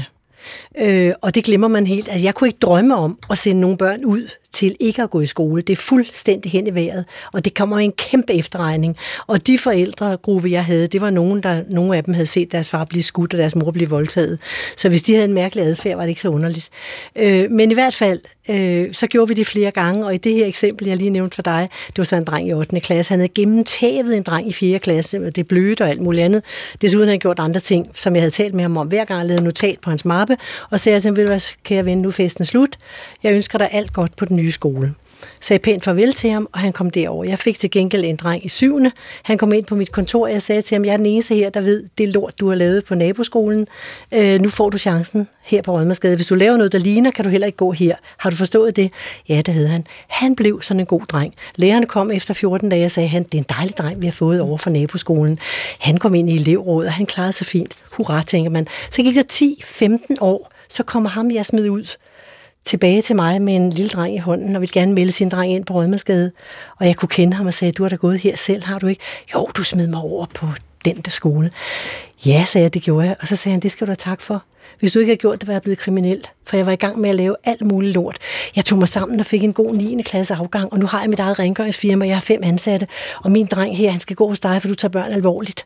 Øh, og det glemmer man helt. Altså, jeg kunne ikke drømme om at sende nogle børn ud til ikke at gå i skole. Det er fuldstændig hen i vejret, og det kommer i en kæmpe efterregning. Og de forældregruppe, jeg havde, det var nogen, der, nogle af dem havde set deres far blive skudt, og deres mor blive voldtaget. Så hvis de havde en mærkelig adfærd, var det ikke så underligt. Øh, men i hvert fald, øh, så gjorde vi det flere gange, og i det her eksempel, jeg lige nævnte for dig, det var så en dreng i ottende klasse. Han havde gennemtævet en dreng i fjerde klasse, og det blødte og alt muligt andet. Desuden havde han gjort andre ting, som jeg havde talt med ham om. Hver gang jeg lavede notat på hans mappe, og sagde til ham, ved du hvad, kære ven, nu er festen slut. Jeg ønsker dig alt godt på den nye skole. Sagde pænt farvel til ham, og han kom derover. Jeg fik til gengæld en dreng i syvende. Han kom ind på mit kontor, og jeg sagde til ham, jeg er den eneste her, der ved, det lort, du har lavet på naboskolen. Øh, nu får du chancen her på Rådmandsgade. Hvis du laver noget, der ligner, kan du heller ikke gå her. Har du forstået det? Ja, det havde han. Han blev sådan en god dreng. Lærerne kom efter fjorten dage og sagde, han, det er en dejlig dreng, vi har fået over fra naboskolen. Han kom ind i elevrådet, og han klarede sig fint. Hurra, tænker man. Så gik der ti til femten år, så kommer ham, jeg smed ud, tilbage til mig med en lille dreng i hånden, og ville gerne melde sin dreng ind på Rådmandsgade. Og jeg kunne kende ham og sagde, du har da gået her selv, har du ikke? Jo, du smed mig over på den der skole. Ja, sagde jeg, det gjorde jeg. Og så sagde han, det skal du have tak for. Hvis du ikke havde gjort det, var jeg blevet kriminel. For jeg var i gang med at lave alt muligt lort. Jeg tog mig sammen og fik en god niende klasse afgang, og nu har jeg mit eget rengøringsfirma, jeg har fem ansatte, og min dreng her, han skal gå hos dig, for du tager børn alvorligt.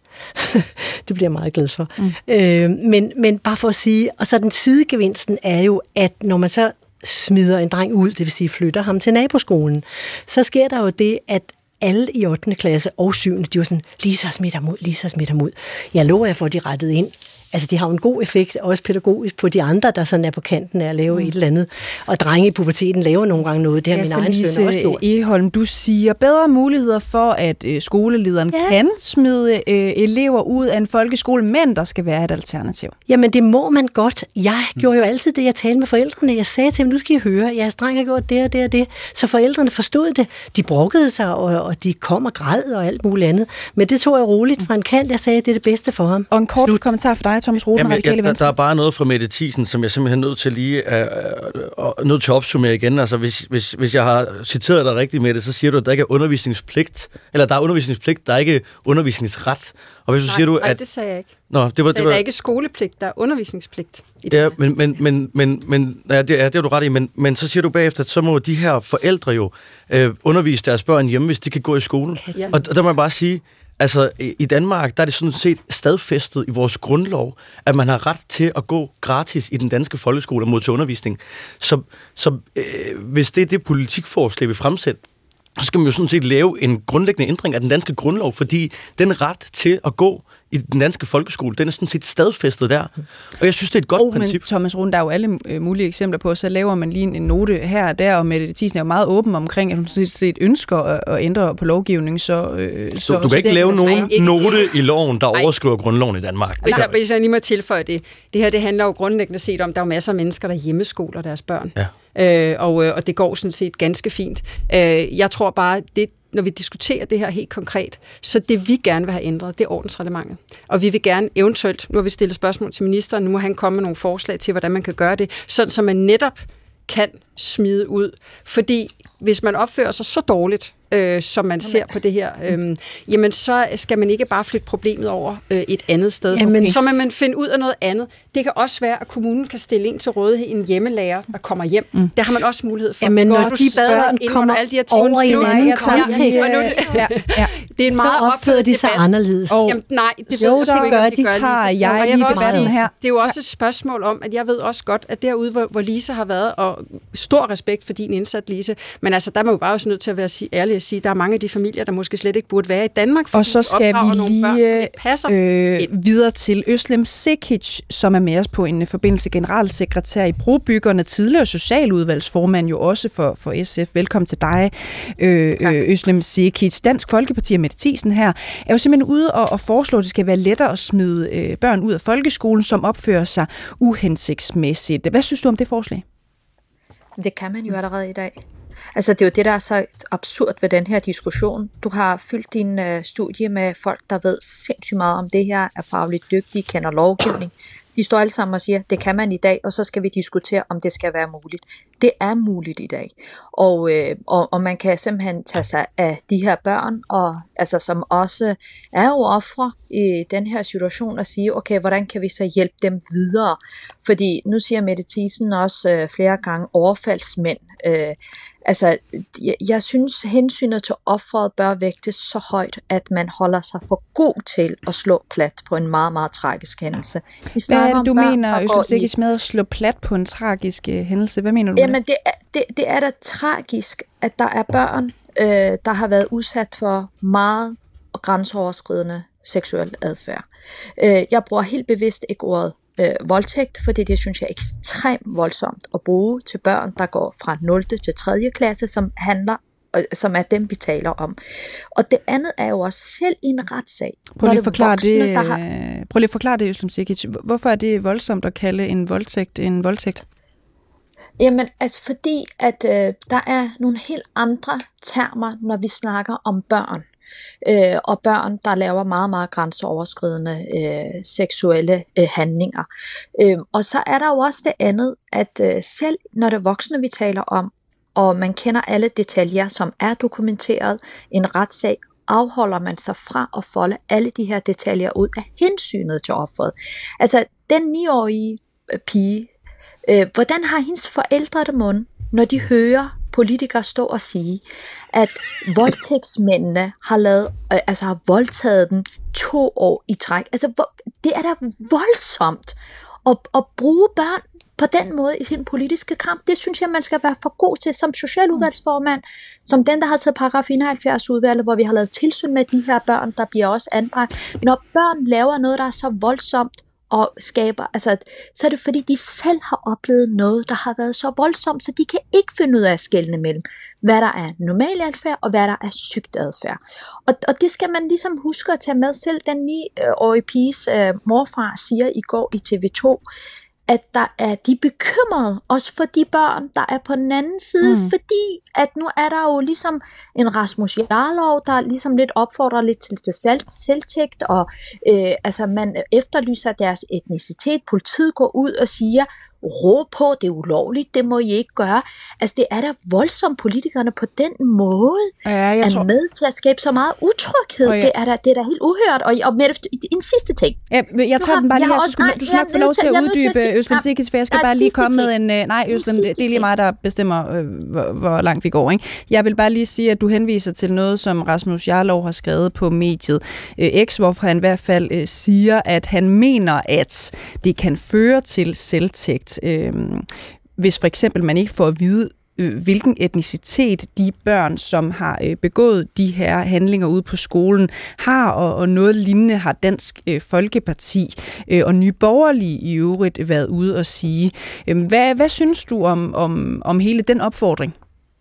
Det bliver jeg meget glad for. Mm. Øh, men, men bare for at sige, og så den sidegevinsten er jo, at når man så smider en dreng ud, det vil sige flytter ham til naboskolen, så sker der jo det, at alle i ottende klasse og syvende, de var sådan, lige så smidt ham ud, lige så smidt ham ud. Jeg lover jer for, at de rettede ind. Altså, de har jo en god effekt, også pædagogisk, på de andre, der sådan er på kanten af at lave mm. et eller andet. Og drenge i puberteten laver nogle gange noget. Det har ja, min egen søn også gjort. Egholm, du siger bedre muligheder for, at øh, skolelederen ja. kan smide øh, elever ud af en folkeskole, men der skal være et alternativ. Jamen, det må man godt. Jeg mm. gjorde jo altid det, jeg talte med forældrene. Jeg sagde til dem, nu skal I høre, jeres dreng har gjort det og det og det. Så forældrene forstod det. De brokkede sig, og, og de kom og græd og alt muligt andet. Men det tog jeg roligt fra en kant. Jeg sagde, at det er det bedste for ham. Og en kort Slut. kommentar for dig, Thomas Roth, Jamen, jeg, der, der er bare noget fra Mette Thiesen, som jeg simpelthen er nødt til lige uh, uh, nødt til at opsummere igen. Altså, hvis, hvis, hvis jeg har citeret dig rigtigt med det, så siger du, at der ikke er undervisningspligt, eller der er undervisningspligt, der er ikke undervisningsret. Og hvis nej, du siger du, nej, at det sagde jeg ikke. Nå, det var, så det var, der er ikke skolepligt, der er undervisningspligt. I det er, men, men, men, men, men ja, det, ja, det er du ret i, men, men så siger du bagefter, at så må de her forældre jo øh, undervise deres børn hjemme, hvis de kan gå i skole. Ja. Og, og der må jeg bare sige, altså, i Danmark, der er det sådan set stadfæstet i vores grundlov, at man har ret til at gå gratis i den danske folkeskole og modtage undervisning. Så, så øh, hvis det er det politikforslag, vi fremsætter, så skal man jo sådan set lave en grundlæggende ændring af den danske grundlov, fordi den ret til at gå i den danske folkeskole, den er sådan set stadfæstet der. Og jeg synes, det er et godt oh, princip. Men Thomas Rune, der er jo alle øh, mulige eksempler på, så laver man lige en note her og der, og Mette Thiesen er jo meget åben omkring, at hun sådan set ønsker at, at ændre på lovgivningen. Så, øh, så, du, du kan så ikke det, lave nogen nej, ikke, note i loven, der nej. overskriver grundloven i Danmark. Hvis jeg, hvis jeg lige må tilføje det. Det her, det handler jo grundlæggende set om, der er masser af mennesker, der hjemmeskoler deres børn. Ja. Øh, og, og det går sådan set ganske fint. Øh, jeg tror bare, det når vi diskuterer det her helt konkret, så det vi gerne vil have ændret, det er ordensreglementet. Og vi vil gerne eventuelt, nu har vi stillet spørgsmål til ministeren, nu må han komme med nogle forslag til, hvordan man kan gøre det, sådan så man netop kan smide ud. Fordi hvis man opfører sig så dårligt, øh, som man ser på det her, øh, jamen så skal man ikke bare flytte problemet over øh, et andet sted. Jamen. Så må man finde ud af noget andet. Det kan også være, at kommunen kan stille ind til rådighed en hjemmelærer, der kommer hjem. Mm. Der har man også mulighed for. Jamen, når du de børn kommer alle de her ting, over i en anden kontekst, ja, ja. det er en meget så opfører de sig debat. anderledes. Oh. Jamen, nej, det jo, ved det jeg ikke, gør om de, gør, tager Lise. jeg Og lige vil også debatten sige, her. Det er jo også et spørgsmål om, at jeg ved også godt, at derude, hvor, hvor Lise har været, og stor respekt for din indsats, Lise, men altså, der må jo bare også nødt til at være ærlig at sige, at der er mange af de familier, der måske slet ikke burde være i Danmark, fordi og så skal vi lige børn, passer øh, videre til Özlem Cekic, som er med os på en forbindelse generalsekretær i Brobyggerne, tidligere socialudvalgsformand jo også for, for S F. Velkommen til dig, øh, øh, Özlem Cekic. Dansk Folkeparti og Mette Thiesen her er jo simpelthen ude og, og foreslå, at det skal være lettere at smide øh, børn ud af folkeskolen, som opfører sig uhensigtsmæssigt. Hvad synes du om det forslag? Det kan man jo allerede i dag. Altså det er jo det, der er så absurd ved den her diskussion. Du har fyldt din øh, studie med folk, der ved sindssygt meget om det her, er fagligt dygtige, kender lovgivning. De står alle sammen og siger, det kan man i dag, og så skal vi diskutere, om det skal være muligt. Det er muligt i dag. Og, øh, og, og man kan simpelthen tage sig af de her børn, og, altså, som også er jo ofre i den her situation, og sige, okay, hvordan kan vi så hjælpe dem videre? Fordi nu siger Mette Thiesen også øh, flere gange overfaldsmænd. Øh, altså, jeg, jeg synes, hensynet til offeret bør vægtes så højt, at man holder sig for god til at slå plat på en meget, meget tragisk hændelse. Hvad er det, du børn, mener, Özlem Cekic, med at slå plat på en tragisk øh, hændelse? Hvad mener du? Jamen, det er, det, det er da tragisk, at der er børn, øh, der har været udsat for meget grænseoverskridende seksuel adfærd. Øh, jeg bruger helt bevidst ikke ordet øh, voldtægt, fordi det synes jeg er ekstremt voldsomt at bruge til børn, der går fra nul til tredje klasse, som handler som er dem, vi taler om. Og det andet er jo også selv i en retssag. Prøv lige at forklare voksne, det, har... prøv lige at forklare det, Özlem Cekic. Hvorfor er det voldsomt at kalde en voldtægt en voldtægt? Jamen, altså fordi, at øh, der er nogle helt andre termer, når vi snakker om børn. Øh, og børn, der laver meget, meget grænseoverskridende øh, seksuelle øh, handlinger. Øh, og så er der jo også det andet, at øh, selv når det er voksne, vi taler om, og man kender alle detaljer, som er dokumenteret i en retssag, afholder man sig fra at folde alle de her detaljer ud af hensynet til offeret. Altså, den niårige pige, øh, hvordan har hendes forældre det mund, når de hører politikere stå og sige, at voldtægtsmændene har, lavet, øh, altså har voldtaget den to år i træk. Altså, hvor, det er da voldsomt at, at bruge børn på den måde i sin politiske kamp. Det synes jeg, man skal være for god til som socialudvalgsformand, som den, der har taget paragraf enoghalvfjerds udvalget, hvor vi har lavet tilsyn med de her børn, der bliver også anbragt. Når børn laver noget, der er så voldsomt og skaber, altså, så er det fordi, de selv har oplevet noget, der har været så voldsomt, så de kan ikke finde ud af at skelne mellem, hvad der er normal adfærd, og hvad der er sygt adfærd. Og, og det skal man ligesom huske at tage med. Selv den niårige piges øh, morfar siger i går i T V to, at der er de bekymrede, også for de børn, der er på den anden side, mm. fordi at nu er der jo ligesom en Rasmus Jarlov, der ligesom lidt opfordrer lidt til, til selv, selvtægt, og øh, altså man efterlyser deres etnicitet. Politiet går ud og siger, råb på, det er ulovligt, det må I ikke gøre. Altså det er da voldsomt, politikerne på den måde ja, jeg er tror... med til at skabe så meget utryghed. Ja. Det, er da, det er da helt uhørt. Og, og med en sidste ting. Ja, jeg tager den bare lige her, så skulle, du skal nok få lov til at uddybe Özlem Cekic, for jeg skal bare lige komme med en... Nej, Özlem, det er lige mig, der bestemmer, øh, hvor, hvor langt vi går. Ikke? Jeg vil bare lige sige, at du henviser til noget, som Rasmus Jarlov har skrevet på mediet øh, X, hvorfor han i hvert fald øh, siger, at han mener, at det kan føre til selvtægt, Øh, hvis for eksempel man ikke får at vide, øh, hvilken etnicitet de børn, som har øh, begået de her handlinger ude på skolen, har, og, og noget lignende har Dansk øh, Folkeparti øh, og Nye Borgerlige i øvrigt været ude at sige. Øh, hvad, hvad synes du om, om, om hele den opfordring?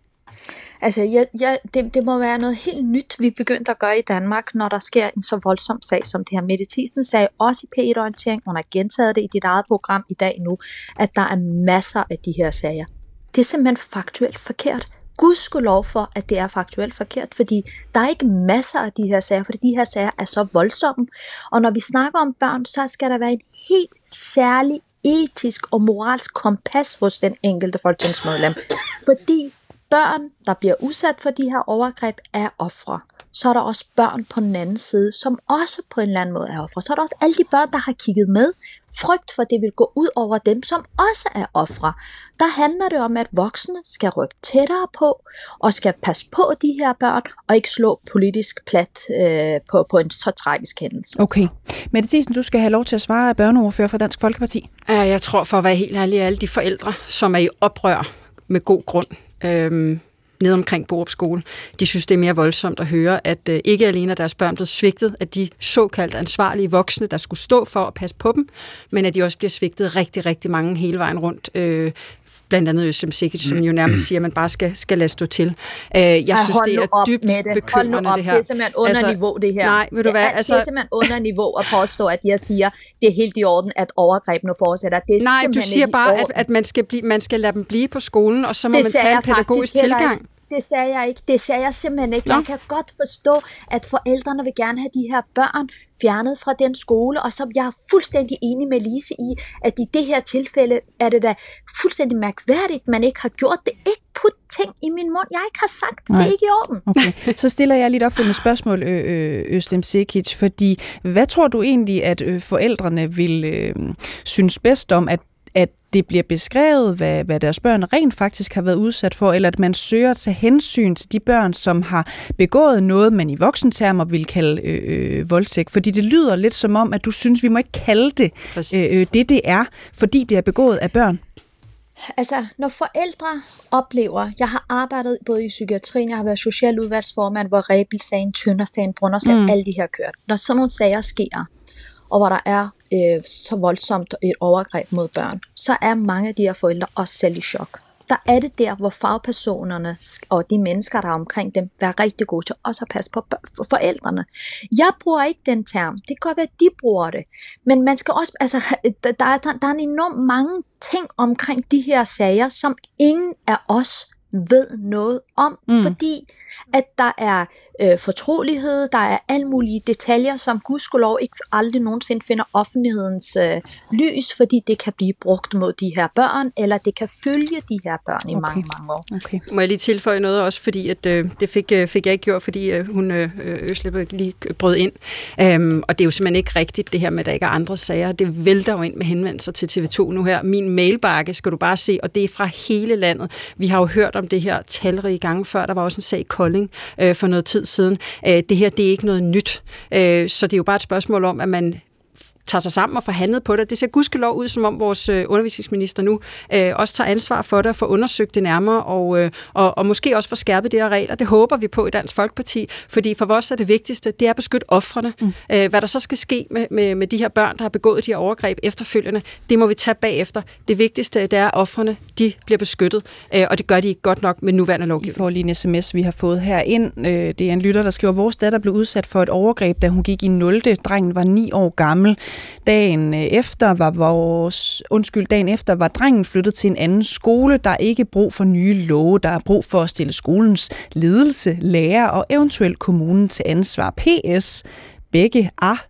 Altså, jeg, jeg, det, det må være noget helt nyt, vi begyndte at gøre i Danmark, når der sker en så voldsom sag som det her. Mette Thiesen sagde også i P et-orientering, hun har gentaget det i dit eget program i dag nu, at der er masser af de her sager. Det er simpelthen faktuelt forkert. Gudskelov for, at det er faktuelt forkert, fordi der er ikke masser af de her sager, fordi de her sager er så voldsomme. Og når vi snakker om børn, så skal der være en helt særlig etisk og moralsk kompas hos den enkelte folketingsmedlem. Fordi børn, der bliver udsat for de her overgreb, er ofre. Så er der også børn på den anden side, som også på en eller anden måde er ofre. Så er der også alle de børn, der har kigget med. Frygt for, at det vil gå ud over dem, som også er ofre. Der handler det om, at voksne skal rykke tættere på, og skal passe på de her børn, og ikke slå politisk plat øh, på, på en så tragisk hændelse. Okay. Mette Thiesen, du skal have lov til at svare af børneordfører for Dansk Folkeparti. Jeg tror, for at være helt ærlig, alle de forældre, som er i oprør med god grund, Øhm, ned omkring Borup Skole. De synes, det er mere voldsomt at høre, at øh, ikke alene er deres børn blevet svigtet af de såkaldt ansvarlige voksne, der skulle stå for at passe på dem, men at de også bliver svigtet rigtig, rigtig mange hele vejen rundt. Øh, blandt andet Özlem Cekic, som jo nærmest siger, at man bare skal, skal lade stå til. Øh, jeg ja, synes, det er dybt det. bekymrende, op. det her. Det er simpelthen under altså, niveau, det her. Nej, ved du det hvad? Er, altså, det er simpelthen under niveau at påstå, at jeg siger, det er helt i orden, at overgreb nu fortsætter. Det er nej, du siger bare, at, at man, skal blive, man skal lade dem blive på skolen, og så må det man tage en pædagogisk tilgang. Det sagde jeg ikke. Det sagde jeg simpelthen ikke. Nå. Jeg kan godt forstå, at forældrene vil gerne have de her børn fjernet fra den skole, og så jeg er fuldstændig enig med Lise i, at i det her tilfælde er det da fuldstændig mærkværdigt, man ikke har gjort det. Ikke put ting i min mund, jeg ikke har sagt. Nej. Det er ikke i orden. Okay. Så stiller jeg lidt opfølgende spørgsmål, Özlem Cekic, fordi hvad tror du egentlig, at forældrene vil øh, synes bedst om, at at det bliver beskrevet, hvad, hvad deres børn rent faktisk har været udsat for, eller at man søger at tage hensyn til de børn, som har begået noget, man i voksentermer vil kalde øh, voldtægt. Fordi det lyder lidt som om, at du synes, vi må ikke kalde det øh, det, det er, fordi det er begået af børn. Altså, når forældre oplever, jeg har arbejdet både i psykiatrien, jeg har været socialudvalgsformand, hvor Rebildsagen, Tøndersagen, Brøndersagen, mm. alle de her kørt. Når sådan nogle sager sker, og hvor der er øh, så voldsomt et overgreb mod børn, så er mange af de her forældre også selv i chok. Der er det der, hvor fagpersonerne og de mennesker, der er omkring dem, er rigtig gode til også at passe på forældrene. Jeg bruger ikke den term. Det kan godt være, at de bruger det. Men man skal også, altså, der, der, der er enormt mange ting omkring de her sager, som ingen af os ved noget om, mm. fordi at der er øh, fortrolighed, der er alle mulige detaljer, som gudskelov ikke aldrig nogensinde finder offentlighedens øh, lys, fordi det kan blive brugt mod de her børn, eller det kan følge de her børn i okay. mange, mange år. Okay. Må jeg lige tilføje noget også, fordi at, øh, det fik, øh, fik jeg ikke gjort, fordi øh, hun øh, Özlem lige brød ind. Um, og det er jo simpelthen ikke rigtigt, det her med, at der ikke er andre sager. Det vælter jo ind med henvendelser til T V to nu her. Min mailbakke skal du bare se, og det er fra hele landet. Vi har jo hørt om det her talrige gange før. Der var også en sag i Kolding øh, for noget tid siden. Øh, det her, det er ikke noget nyt. Øh, så det er jo bare et spørgsmål om, at man tager sig sammen og får handlet på det. Det ser gudskelov ud, som om vores øh, undervisningsminister nu øh, også tager ansvar for det og får undersøgt det nærmere, og, øh, og, og måske også får skærpet de her regler. Det håber vi på i Dansk Folkeparti, fordi for os er det vigtigste, det er at beskytte ofrene. Mm. Øh, hvad der så skal ske med, med, med de her børn, der har begået de her overgreb efterfølgende, det må vi tage bagefter. Det vigtigste, det er, at ofrene, de bliver beskyttet, øh, og det gør de ikke godt nok med nuværende lovgivning. Vi får lige en sms, vi har fået herind. Øh, det er en lytter, der skriver, vores datter blev udsat for et overgreb, da hun gik i nul. Drengen var ni år gammel. Dagen efter var vores, undskyld, dagen efter var drengen flyttet til en anden skole. Der er ikke brug for nye love. Der er brug for at stille skolens ledelse, lærer og eventuelt kommunen til ansvar. P S. Begge er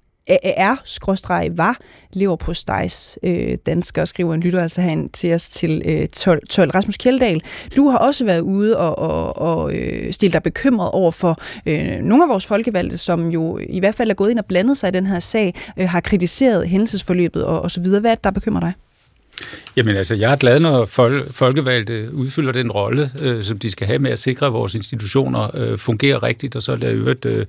er-var lever på stejs øh, danskere, skriver en lytter altså herind til os til øh, tolv, tolv. Rasmus Kjeldahl, du har også været ude og, og, og øh, stille dig bekymret over for øh, nogle af vores folkevalgte, som jo i hvert fald er gået ind og blandet sig i den her sag, øh, har kritiseret hændelsesforløbet og, og så videre. Hvad er det, der bekymrer dig? Jamen altså, jeg er glad, når fol- folkevalgte udfylder den rolle, øh, som de skal have med at sikre, at vores institutioner øh, fungerer rigtigt, og så lader øvrigt, øh,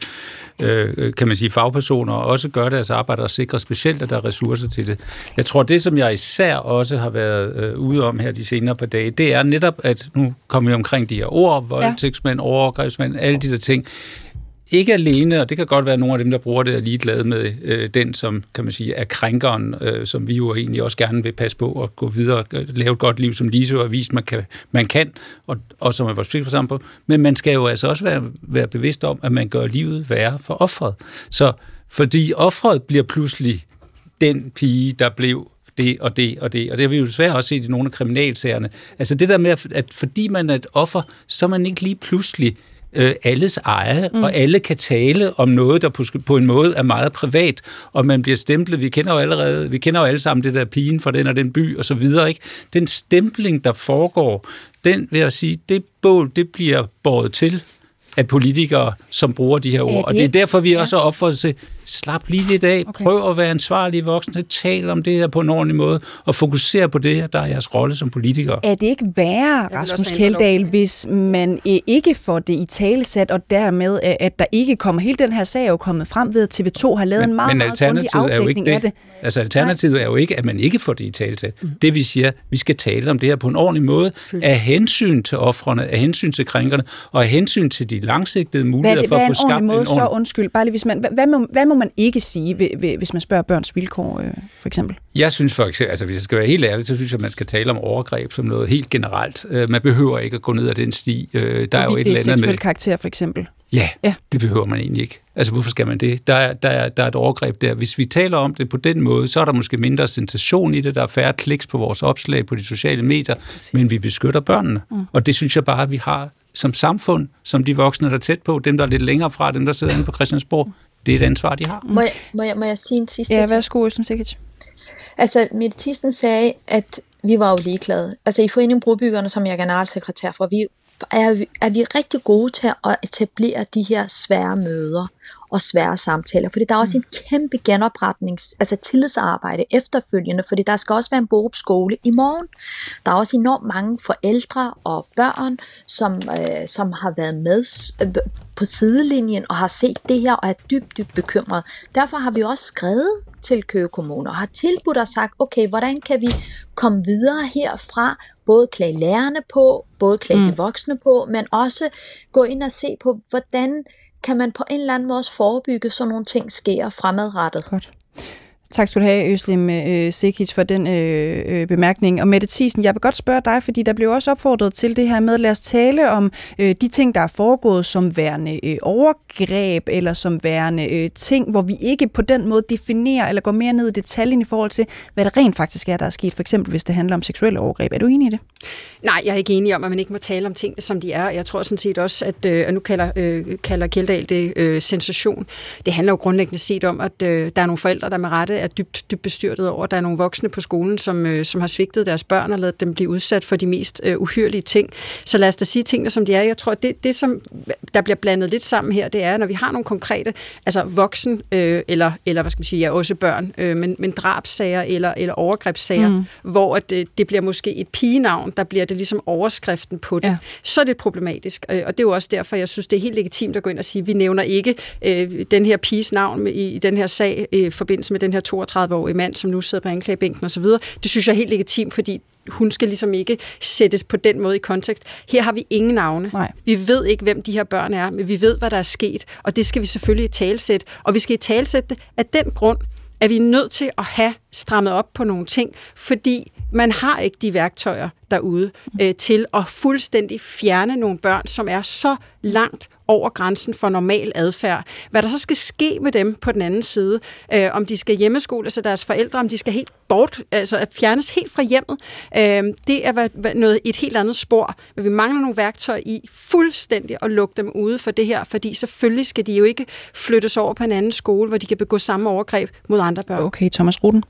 øh, kan man sige, fagpersoner også gøre deres arbejde og sikre specielt, at der er ressourcer til det. Jeg tror, det, som jeg især også har været øh, ude om her de senere par dage, det er netop, at nu kommer vi omkring de her ord, voldtægtsmænd, overgrebsmænd, alle de der ting. Ikke alene, og det kan godt være nogle af dem, der bruger det, er ligeglade med øh, den, som kan man sige, er krænkeren, øh, som vi jo egentlig også gerne vil passe på at gå videre og lave et godt liv, som Lise har vist, man kan, man kan og, og som er vores pligt for sammen på. Men man skal jo altså også være, være bevidst om, at man gør livet værre for offeret. Så fordi offeret bliver pludselig den pige, der blev det og det og det, og det har vi jo desværre også set i nogle af kriminalsagerne. Altså det der med, at fordi man er et offer, så er man ikke lige pludselig Øh, alles eje, mm. og alle kan tale om noget, der på, på en måde er meget privat, og man bliver stemplet. Vi kender jo allerede, vi kender jo alle sammen det der pigen fra den og den by, og så videre, ikke? Den stempling, der foregår, den vil jeg sige, det bål, det bliver båret til af politikere, som bruger de her ord. Det? Og det er derfor, vi også har opfordret til, slap lige lidt af, okay. Prøv at være ansvarlige voksne, tal om det her på en ordentlig måde, og fokusere på det her, der er jeres rolle som politikere. Er det ikke værre, Rasmus Kjeldahl, hvis man ikke får det i talesat, og dermed, at der ikke kommer, hele den her sag er jo kommet frem ved, at T V to har lavet men, en meget, meget grundig afdækning af det. Altså alternativet Nej. er jo ikke, at man ikke får det i talesat. Mm. Det vi siger, vi skal tale om det her på en ordentlig måde, af hensyn til ofrene, af hensyn til krænkerne, og af hensyn til de langsigtede muligheder for at få skabt en måde, så undskyld, bare lige, hvis man, hvad, må, hvad må man ikke sige, hvis man spørger børns vilkår, øh, for eksempel? Jeg synes for eksempel, altså hvis jeg skal være helt ærlig, så synes jeg, at man skal tale om overgreb som noget helt generelt. Man behøver ikke at gå ned ad den sti. Der er, er jo et eller andet med seksuel karakter, for eksempel? Ja, ja, det behøver man egentlig ikke. Altså, hvorfor skal man det? Der er, der, er, der er et overgreb der. Hvis vi taler om det på den måde, så er der måske mindre sensation i det. Der er færre kliks på vores opslag på de sociale medier, men vi beskytter børnene. Mm. Og det synes jeg bare, at vi har som samfund, som de voksne, der er tæt på, dem, der er lidt længere fra, dem, der sidder inde på Christiansborg. Det er et ansvar, de har. Må jeg, må jeg, må jeg sige en sidste ting? Ja, værsgo, Østen Sikic. Altså, Mette Thiesen sagde, at vi var jo ligeglade. Altså, i Foreningen Brobyggerne, som jeg er generalsekretær for, vi er, er vi rigtig gode til at etablere de her svære møder og svære samtaler, fordi der er også en kæmpe genopretnings, altså tillidsarbejde efterfølgende, fordi der skal også være en Borup-skole i morgen. Der er også enormt mange forældre og børn, som, øh, som har været med øh, på sidelinjen og har set det her og er dybt, dybt bekymret. Derfor har vi også skrevet til Køge Kommune og har tilbudt og sagt, okay, hvordan kan vi komme videre herfra, både klæde lærerne på, både klæde mm. de voksne på, men også gå ind og se på, hvordan kan man på en eller anden måde forebygge, så nogle ting sker fremadrettet. Godt. Tak skal du have, Øslem øh, Sikic, for den øh, øh, bemærkning. Og Mette Thiesen, jeg vil godt spørge dig, fordi der blev også opfordret til det her med, lad os tale om øh, de ting, der er foregået som værende øh, overgreb, eller som værende øh, ting, hvor vi ikke på den måde definerer, eller går mere ned i detaljen i forhold til, hvad det rent faktisk er, der er sket, for eksempel hvis det handler om seksuelle overgreb. Er du enig i det? Nej, jeg er ikke enig om, at man ikke må tale om ting, som de er. Jeg tror sådan set også, at øh, og nu kalder, øh, kalder Kjeldahl det øh, sensation. Det handler jo grundlæggende set om, at øh, der er nogle forældre, der med rette er dybt, dybt bestyrtet over. Der er nogle voksne på skolen, som, øh, som har svigtet deres børn og ladet dem blive udsat for de mest øh, uhyrlige ting. Så lad os da sige tingene, som de er. Jeg tror, det, det som der bliver blandet lidt sammen her, det er, når vi har nogle konkrete, altså voksen, øh, eller, eller hvad skal man sige, ja, også børn, øh, men, men drabssager eller, eller overgrebssager, mm. hvor at, øh, det bliver måske et pigenavn, der bliver det ligesom overskriften på det. Ja. Så er det problematisk. Øh, og det er jo også derfor, jeg synes, det er helt legitimt at gå ind og sige, at vi nævner ikke øh, den her piges navn i, i den her sag i øh, forbindelse med den her toogtredive-årige mand, som nu sidder på anklagebænken osv. Det synes jeg er helt legitimt, fordi hun skal ligesom ikke sættes på den måde i kontekst. Her har vi ingen navne. Nej. Vi ved ikke, hvem de her børn er, men vi ved, hvad der er sket, og det skal vi selvfølgelig i talesætte. Og vi skal i talesætte det af den grund, at vi er nødt til at have strammet op på nogle ting, fordi man har ikke de værktøjer derude øh, til at fuldstændig fjerne nogle børn, som er så langt over grænsen for normal adfærd. Hvad der så skal ske med dem på den anden side, øh, om de skal hjemmeskole, altså deres forældre, om de skal helt bort, altså at fjernes helt fra hjemmet, øh, det er noget, et helt andet spor. Men vi mangler nogle værktøjer i fuldstændig at lukke dem ude for det her, fordi selvfølgelig skal de jo ikke flyttes over på en anden skole, hvor de kan begå samme overgreb mod andre børn. Okay, Thomas Ruden.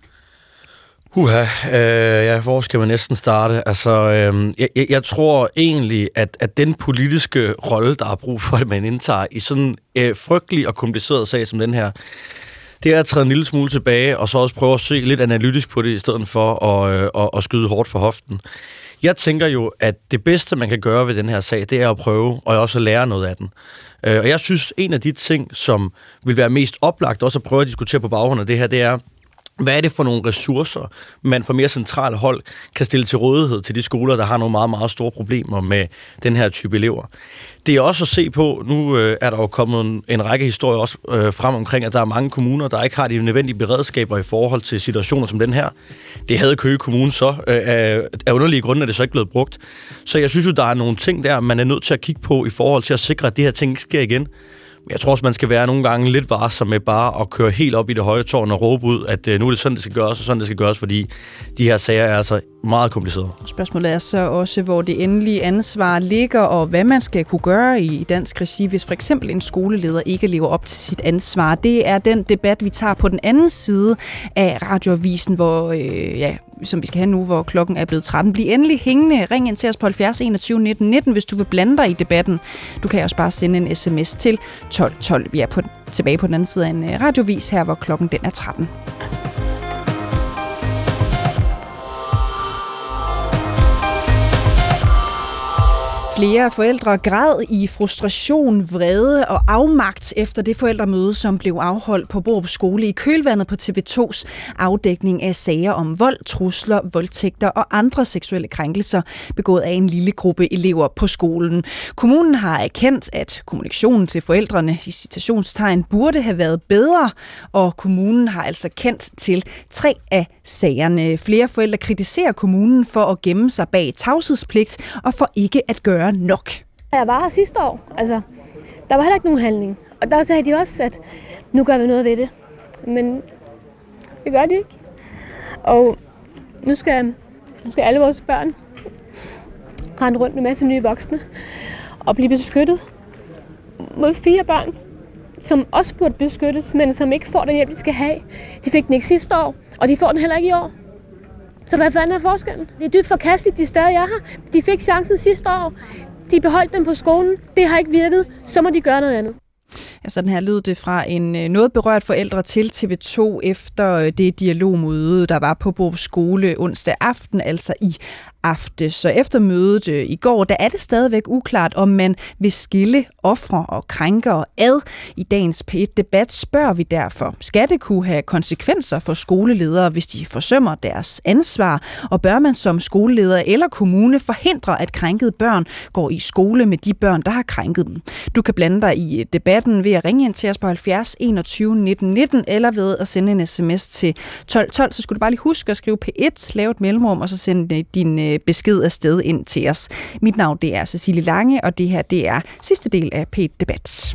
Uha, øh, ja, hvor skal man næsten starte? Altså, øh, jeg, jeg tror egentlig, at, at den politiske rolle, der er brug for, at man indtager i sådan en øh, frygtelig og kompliceret sag som den her, det er at træde en lille smule tilbage, og så også prøve at se lidt analytisk på det, i stedet for at, at, at skyde hårdt for hoften. Jeg tænker jo, at det bedste, man kan gøre ved den her sag, det er at prøve, og også at lære noget af den. Og jeg synes, en af de ting, som vil være mest oplagt, også at prøve at diskutere på baggrund af det her, det er, hvad er det for nogle ressourcer, man fra mere centrale hold kan stille til rådighed til de skoler, der har nogle meget, meget store problemer med den her type elever. Det er også at se på, nu øh, er der jo kommet en, en række historier også øh, frem omkring, at der er mange kommuner, der ikke har de nødvendige beredskaber i forhold til situationer som den her. Det havde Køge Kommune så. Øh, af underlige grunde er det så ikke blevet brugt. Så jeg synes jo, der er nogle ting der, man er nødt til at kigge på i forhold til at sikre, at det her ting ikke sker igen. Jeg tror også, man skal være nogle gange lidt varsom med bare at køre helt op i det høje tårn og råbe ud, at øh, nu er det sådan, det skal gøres, og sådan, det skal gøres, fordi de her sager er altså meget komplicerede. Spørgsmålet er så også, hvor det endelige ansvar ligger, og hvad man skal kunne gøre i dansk regi, hvis for eksempel en skoleleder ikke lever op til sit ansvar. Det er den debat, vi tager på den anden side af Radioavisen, hvor øh, ja, som vi skal have nu, hvor klokken er blevet tretten. Bliv endelig hængende. Ring ind til os på halvfjerds enogtyve nitten nitten, hvis du vil blande dig i debatten. Du kan også bare sende en sms til tolv tolv. Vi er på, tilbage på den anden side af en radiovis her, hvor klokken den er tretten. Flere forældre græd i frustration, vrede og afmagt efter det forældremøde, som blev afholdt på Borup Skole i kølvandet på T V to's afdækning af sager om vold, trusler, voldtægter og andre seksuelle krænkelser begået af en lille gruppe elever på skolen. Kommunen har erkendt, at kommunikationen til forældrene i citationstegn burde have været bedre, og kommunen har altså kendt til tre af sagerne. Flere forældre kritiserer kommunen for at gemme sig bag tavshedspligt og for ikke at gøre nok. Jeg var her sidste år. Altså, der var heller ikke nogen handling. Og der sagde de også, at nu gør vi noget ved det. Men det gør de ikke. Og nu skal, nu skal alle vores børn rende rundt med en masse nye voksne og blive beskyttet mod fire børn, som også burde beskyttes, men som ikke får den hjælp, de skal have. De fik den ikke sidste år, og de får den heller ikke i år. Så hvad fanden er forskellen? Det er dybt forkasteligt, de steder, jeg har. De fik chancen sidste år. De beholdt dem på skolen. Det har ikke virket. Så må de gøre noget andet. Ja, sådan her lød det fra en noget berørt forældre til T V to efter det dialogmøde, der var på Borup Skole onsdag aften, altså i aftes. Så efter mødet i går, der er det stadigvæk uklart, om man vil skille ofre og krænkere ad. I dagens P et-debat spørger vi derfor, skal det kunne have konsekvenser for skoleledere, hvis de forsømmer deres ansvar? Og bør man som skoleleder eller kommune forhindre, at krænkede børn går i skole med de børn, der har krænket dem? Du kan blande dig i debatten ved at ringe ind til os på halvfjerds enogtyve nitten nitten, eller ved at sende en sms til tolv tolv. Så skulle du bare lige huske at skrive P et, lave et mellemrum, og så sende din besked afsted ind til os. Mit navn det er Cecilie Lange, og det her det er sidste del af P et-debat.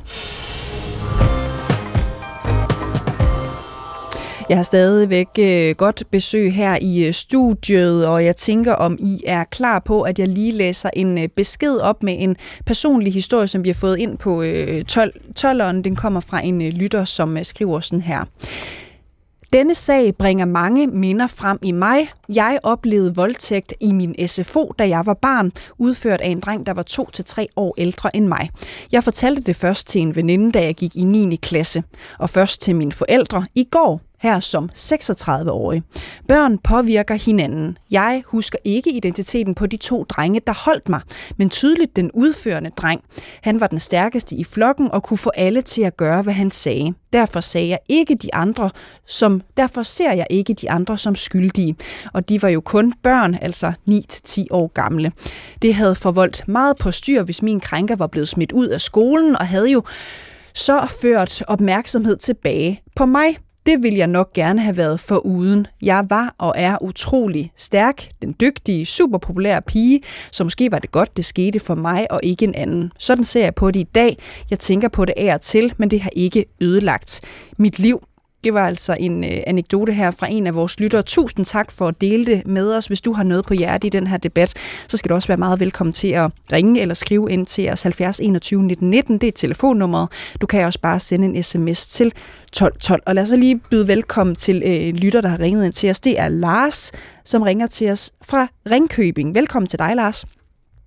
Jeg har stadigvæk godt besøg her i studiet, og jeg tænker, om I er klar på, at jeg lige læser en besked op med en personlig historie, som vi har fået ind på tolveren. Den kommer fra en lytter, som skriver sådan her. Denne sag bringer mange minder frem i mig. Jeg oplevede voldtægt i min S F O, da jeg var barn, udført af en dreng, der var to til tre år ældre end mig. Jeg fortalte det først til en veninde, da jeg gik i niende klasse, og først til mine forældre i går, her som seksogtredive-årig. Børn påvirker hinanden. Jeg husker ikke identiteten på de to drenge, der holdt mig, men tydeligt den udførende dreng. Han var den stærkeste i flokken og kunne få alle til at gøre, hvad han sagde. Derfor sagde jeg ikke de andre, som derfor ser jeg ikke de andre som skyldige. Og de var jo kun børn, altså ni til ti år gamle. Det havde forvoldt meget på styr, hvis min krænker var blevet smidt ud af skolen og havde jo så ført opmærksomhed tilbage på mig. Det ville jeg nok gerne have været foruden. Jeg var og er utrolig stærk, den dygtige, superpopulære pige, så måske var det godt, det skete for mig og ikke en anden. Sådan ser jeg på det i dag. Jeg tænker på det af og til, men det har ikke ødelagt mit liv. Det var altså en øh, anekdote her fra en af vores lyttere. Tusind tak for at dele det med os. Hvis du har noget på hjerte i den her debat, så skal du også være meget velkommen til at ringe eller skrive ind til os halvfjerds enogtyve nitten nitten. Det er telefonnummeret. Du kan også bare sende en sms til tolv tolv. Og lad os lige byde velkommen til øh, lytter, der har ringet ind til os. Det er Lars, som ringer til os fra Ringkøbing. Velkommen til dig, Lars.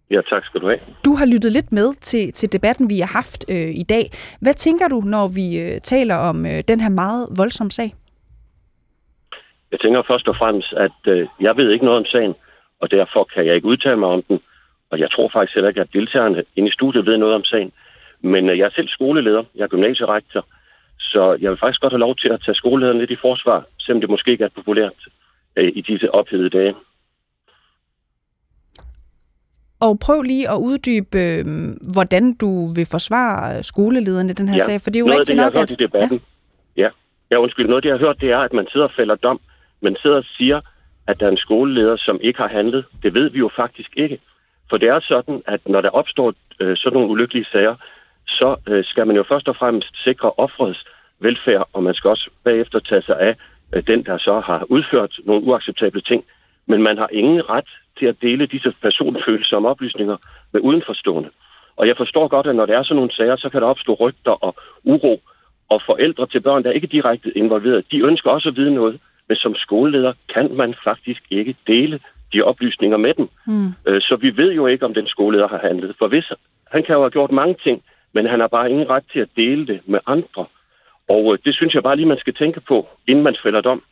Ja, tak skal du have. Du har lyttet lidt med til, til debatten, vi har haft øh, i dag. Hvad tænker du, når vi øh, taler om øh, den her meget voldsomme sag? Jeg tænker først og fremmest, at øh, jeg ved ikke noget om sagen, og derfor kan jeg ikke udtale mig om den. Og jeg tror faktisk heller ikke, at deltagerne inde i studiet ved noget om sagen. Men øh, jeg er selv skoleleder, jeg er gymnasierektor, så jeg vil faktisk godt have lov til at tage skolelederen lidt i forsvar, selvom det måske ikke er populært øh, i disse ophedede dage. Og prøv lige at uddybe, øh, hvordan du vil forsvare skolelederen i den her ja, sag, for det er jo noget rigtigt af nok, det, jeg har hørt at... i debatten, ja. Ja, ja, undskyld, noget af det, jeg har hørt, det er, at man sidder og fælder dom. Man sidder og siger, at der er en skoleleder, som ikke har handlet. Det ved vi jo faktisk ikke. For det er sådan, at når der opstår øh, sådan nogle ulykkelige sager, så øh, skal man jo først og fremmest sikre offerets velfærd, og man skal også bagefter tage sig af øh, den, der så har udført nogle uacceptable ting. Men man har ingen ret til at dele disse personfølsomme oplysninger med udenforstående. Og jeg forstår godt, at når der er sådan nogle sager, så kan der opstå rygter og uro. Og forældre til børn, der er ikke direkte involveret, de ønsker også at vide noget. Men som skoleleder kan man faktisk ikke dele de oplysninger med dem. Mm. Så vi ved jo ikke, om den skoleleder har handlet. For hvis, han kan jo have gjort mange ting, men han har bare ingen ret til at dele det med andre. Og det synes jeg bare lige, man skal tænke på, inden man fælder dom.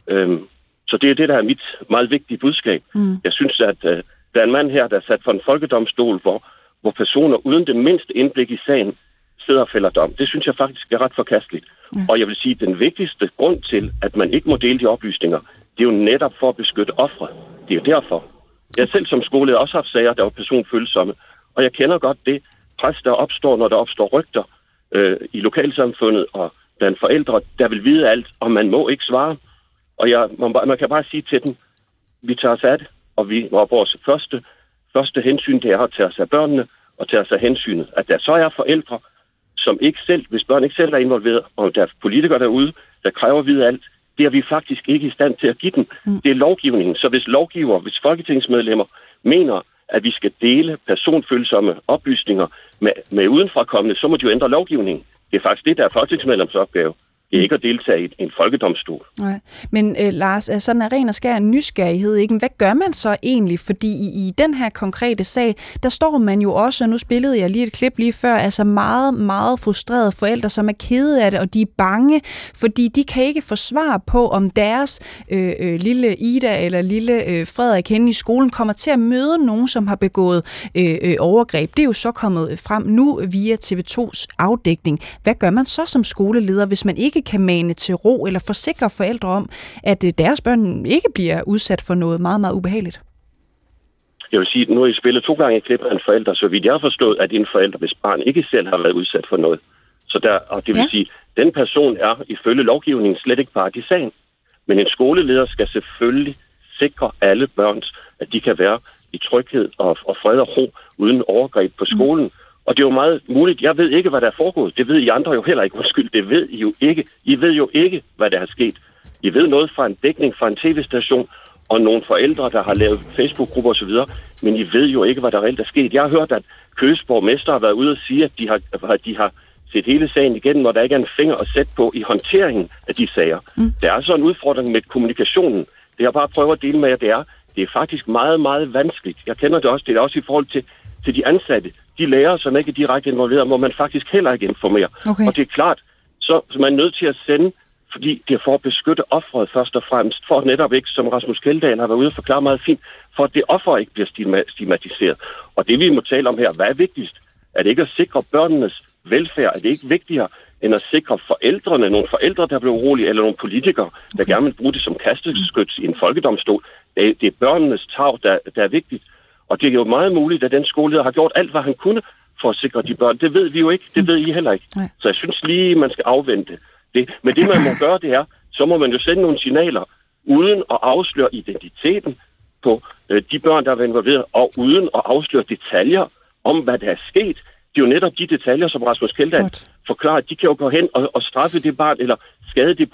Så det er det, der er mit meget vigtige budskab. Mm. Jeg synes, at uh, der er en mand her, der er sat for en folkedomstol, hvor, hvor personer uden det mindste indblik i sagen sidder og fælder dom. Det synes jeg faktisk er ret forkasteligt. Mm. Og jeg vil sige, at den vigtigste grund til, at man ikke må dele de oplysninger, det er jo netop for at beskytte ofre. Det er jo derfor. Jeg selv som skoleleder også har haft sager, der var personfølsomme. Og jeg kender godt det pres, der opstår, når der opstår rygter øh, i lokalsamfundet og blandt forældre, der vil vide alt, og man må ikke svare. Og jeg, man, man kan bare sige til dem, vi tager os af det, og vi, og vores første, første hensyn, det er at tage os af børnene, og tage os af hensynet. At der så er forældre, som ikke selv, hvis børn ikke selv er involveret, og der er politikere derude, der kræver at vide alt, det er vi faktisk ikke i stand til at give dem. Mm. Det er lovgivningen. Så hvis lovgiver, hvis folketingsmedlemmer mener, at vi skal dele personfølsomme oplysninger med, med udenfrakommende, så må de jo ændre lovgivningen. Det er faktisk det, der er folketingsmedlemmers opgave. Det er ikke at deltage i en folkedomstol. Nej. Men øh, Lars, er sådan en ren og skær nysgerrighed, ikke? Hvad gør man så egentlig? Fordi i, i den her konkrete sag, der står man jo også, og nu spillede jeg lige et klip lige før, altså meget, meget frustrerede forældre, som er kede af det, og de er bange, fordi de kan ikke få svar på, om deres øh, øh, lille Ida eller lille øh, Frederik henne i skolen kommer til at møde nogen, som har begået øh, øh, overgreb. Det er jo så kommet frem nu via T V to's afdækning. Hvad gør man så som skoleleder, hvis man ikke kan mane til ro eller forsikre forældre om, at deres børn ikke bliver udsat for noget meget, meget ubehageligt? Jeg vil sige, at nu har I spillet to gange et klip af en forælder, så vidt jeg har forstået, at en forælder, hvis barn ikke selv har været udsat for noget. Så der, og det vil ja. sige, at den person er ifølge lovgivningen slet ikke part i sagen. Men en skoleleder skal selvfølgelig sikre alle børn, at de kan være i tryghed og, og fred og ro uden overgreb på skolen. Mm. Og det er jo meget muligt. Jeg ved ikke, hvad der er foregået. Det ved I andre jo heller ikke. Undskyld, det ved I jo ikke. I ved jo ikke, hvad der er sket. I ved noget fra en dækning fra en tv-station og nogle forældre, der har lavet Facebook-grupper osv., men I ved jo ikke, hvad der reelt er sket. Jeg har hørt, at Køges borgmester har været ude og sige, at de har, at de har set hele sagen igennem, hvor der ikke er en finger at sætte på i håndteringen af de sager. Mm. Der er så en udfordring med kommunikationen. Det jeg bare prøver at dele med jer, det er, det er faktisk meget, meget vanskeligt. Jeg kender det også. Det er også i forhold til, til de ansatte. De lærere, som ikke er direkte involveret, må man faktisk heller ikke informere. Okay. Og det er klart, så, så man er nødt til at sende, fordi det er for at beskytte offeret først og fremmest, for netop ikke, som Rasmus Kjeldahl har været ude og forklare meget fint, for at det offer ikke bliver stigmatiseret. Og det vi må tale om her, hvad er vigtigst? Er det ikke at sikre børnenes velfærd? Er det ikke vigtigere end at sikre forældrene, nogle forældre, der bliver urolige, eller nogle politikere, der okay. gerne vil bruge det som kasteskyts i en folkedomstol? Det er, det er børnenes tarv, der, der er vigtigt. Og det er jo meget muligt, at den skoleleder har gjort alt, hvad han kunne for at sikre de børn. Det ved vi jo ikke. Det ved I heller ikke. Nej. Så jeg synes lige, man skal afvente det. Men det, man må gøre, det er, så må man jo sende nogle signaler, uden at afsløre identiteten på øh, de børn, der er involveret, og uden at afsløre detaljer om, hvad der er sket. Det er jo netop de detaljer, som Rasmus Kjeldahl forklarer, at de kan jo gå hen og, og straffe det barn, eller skade det barn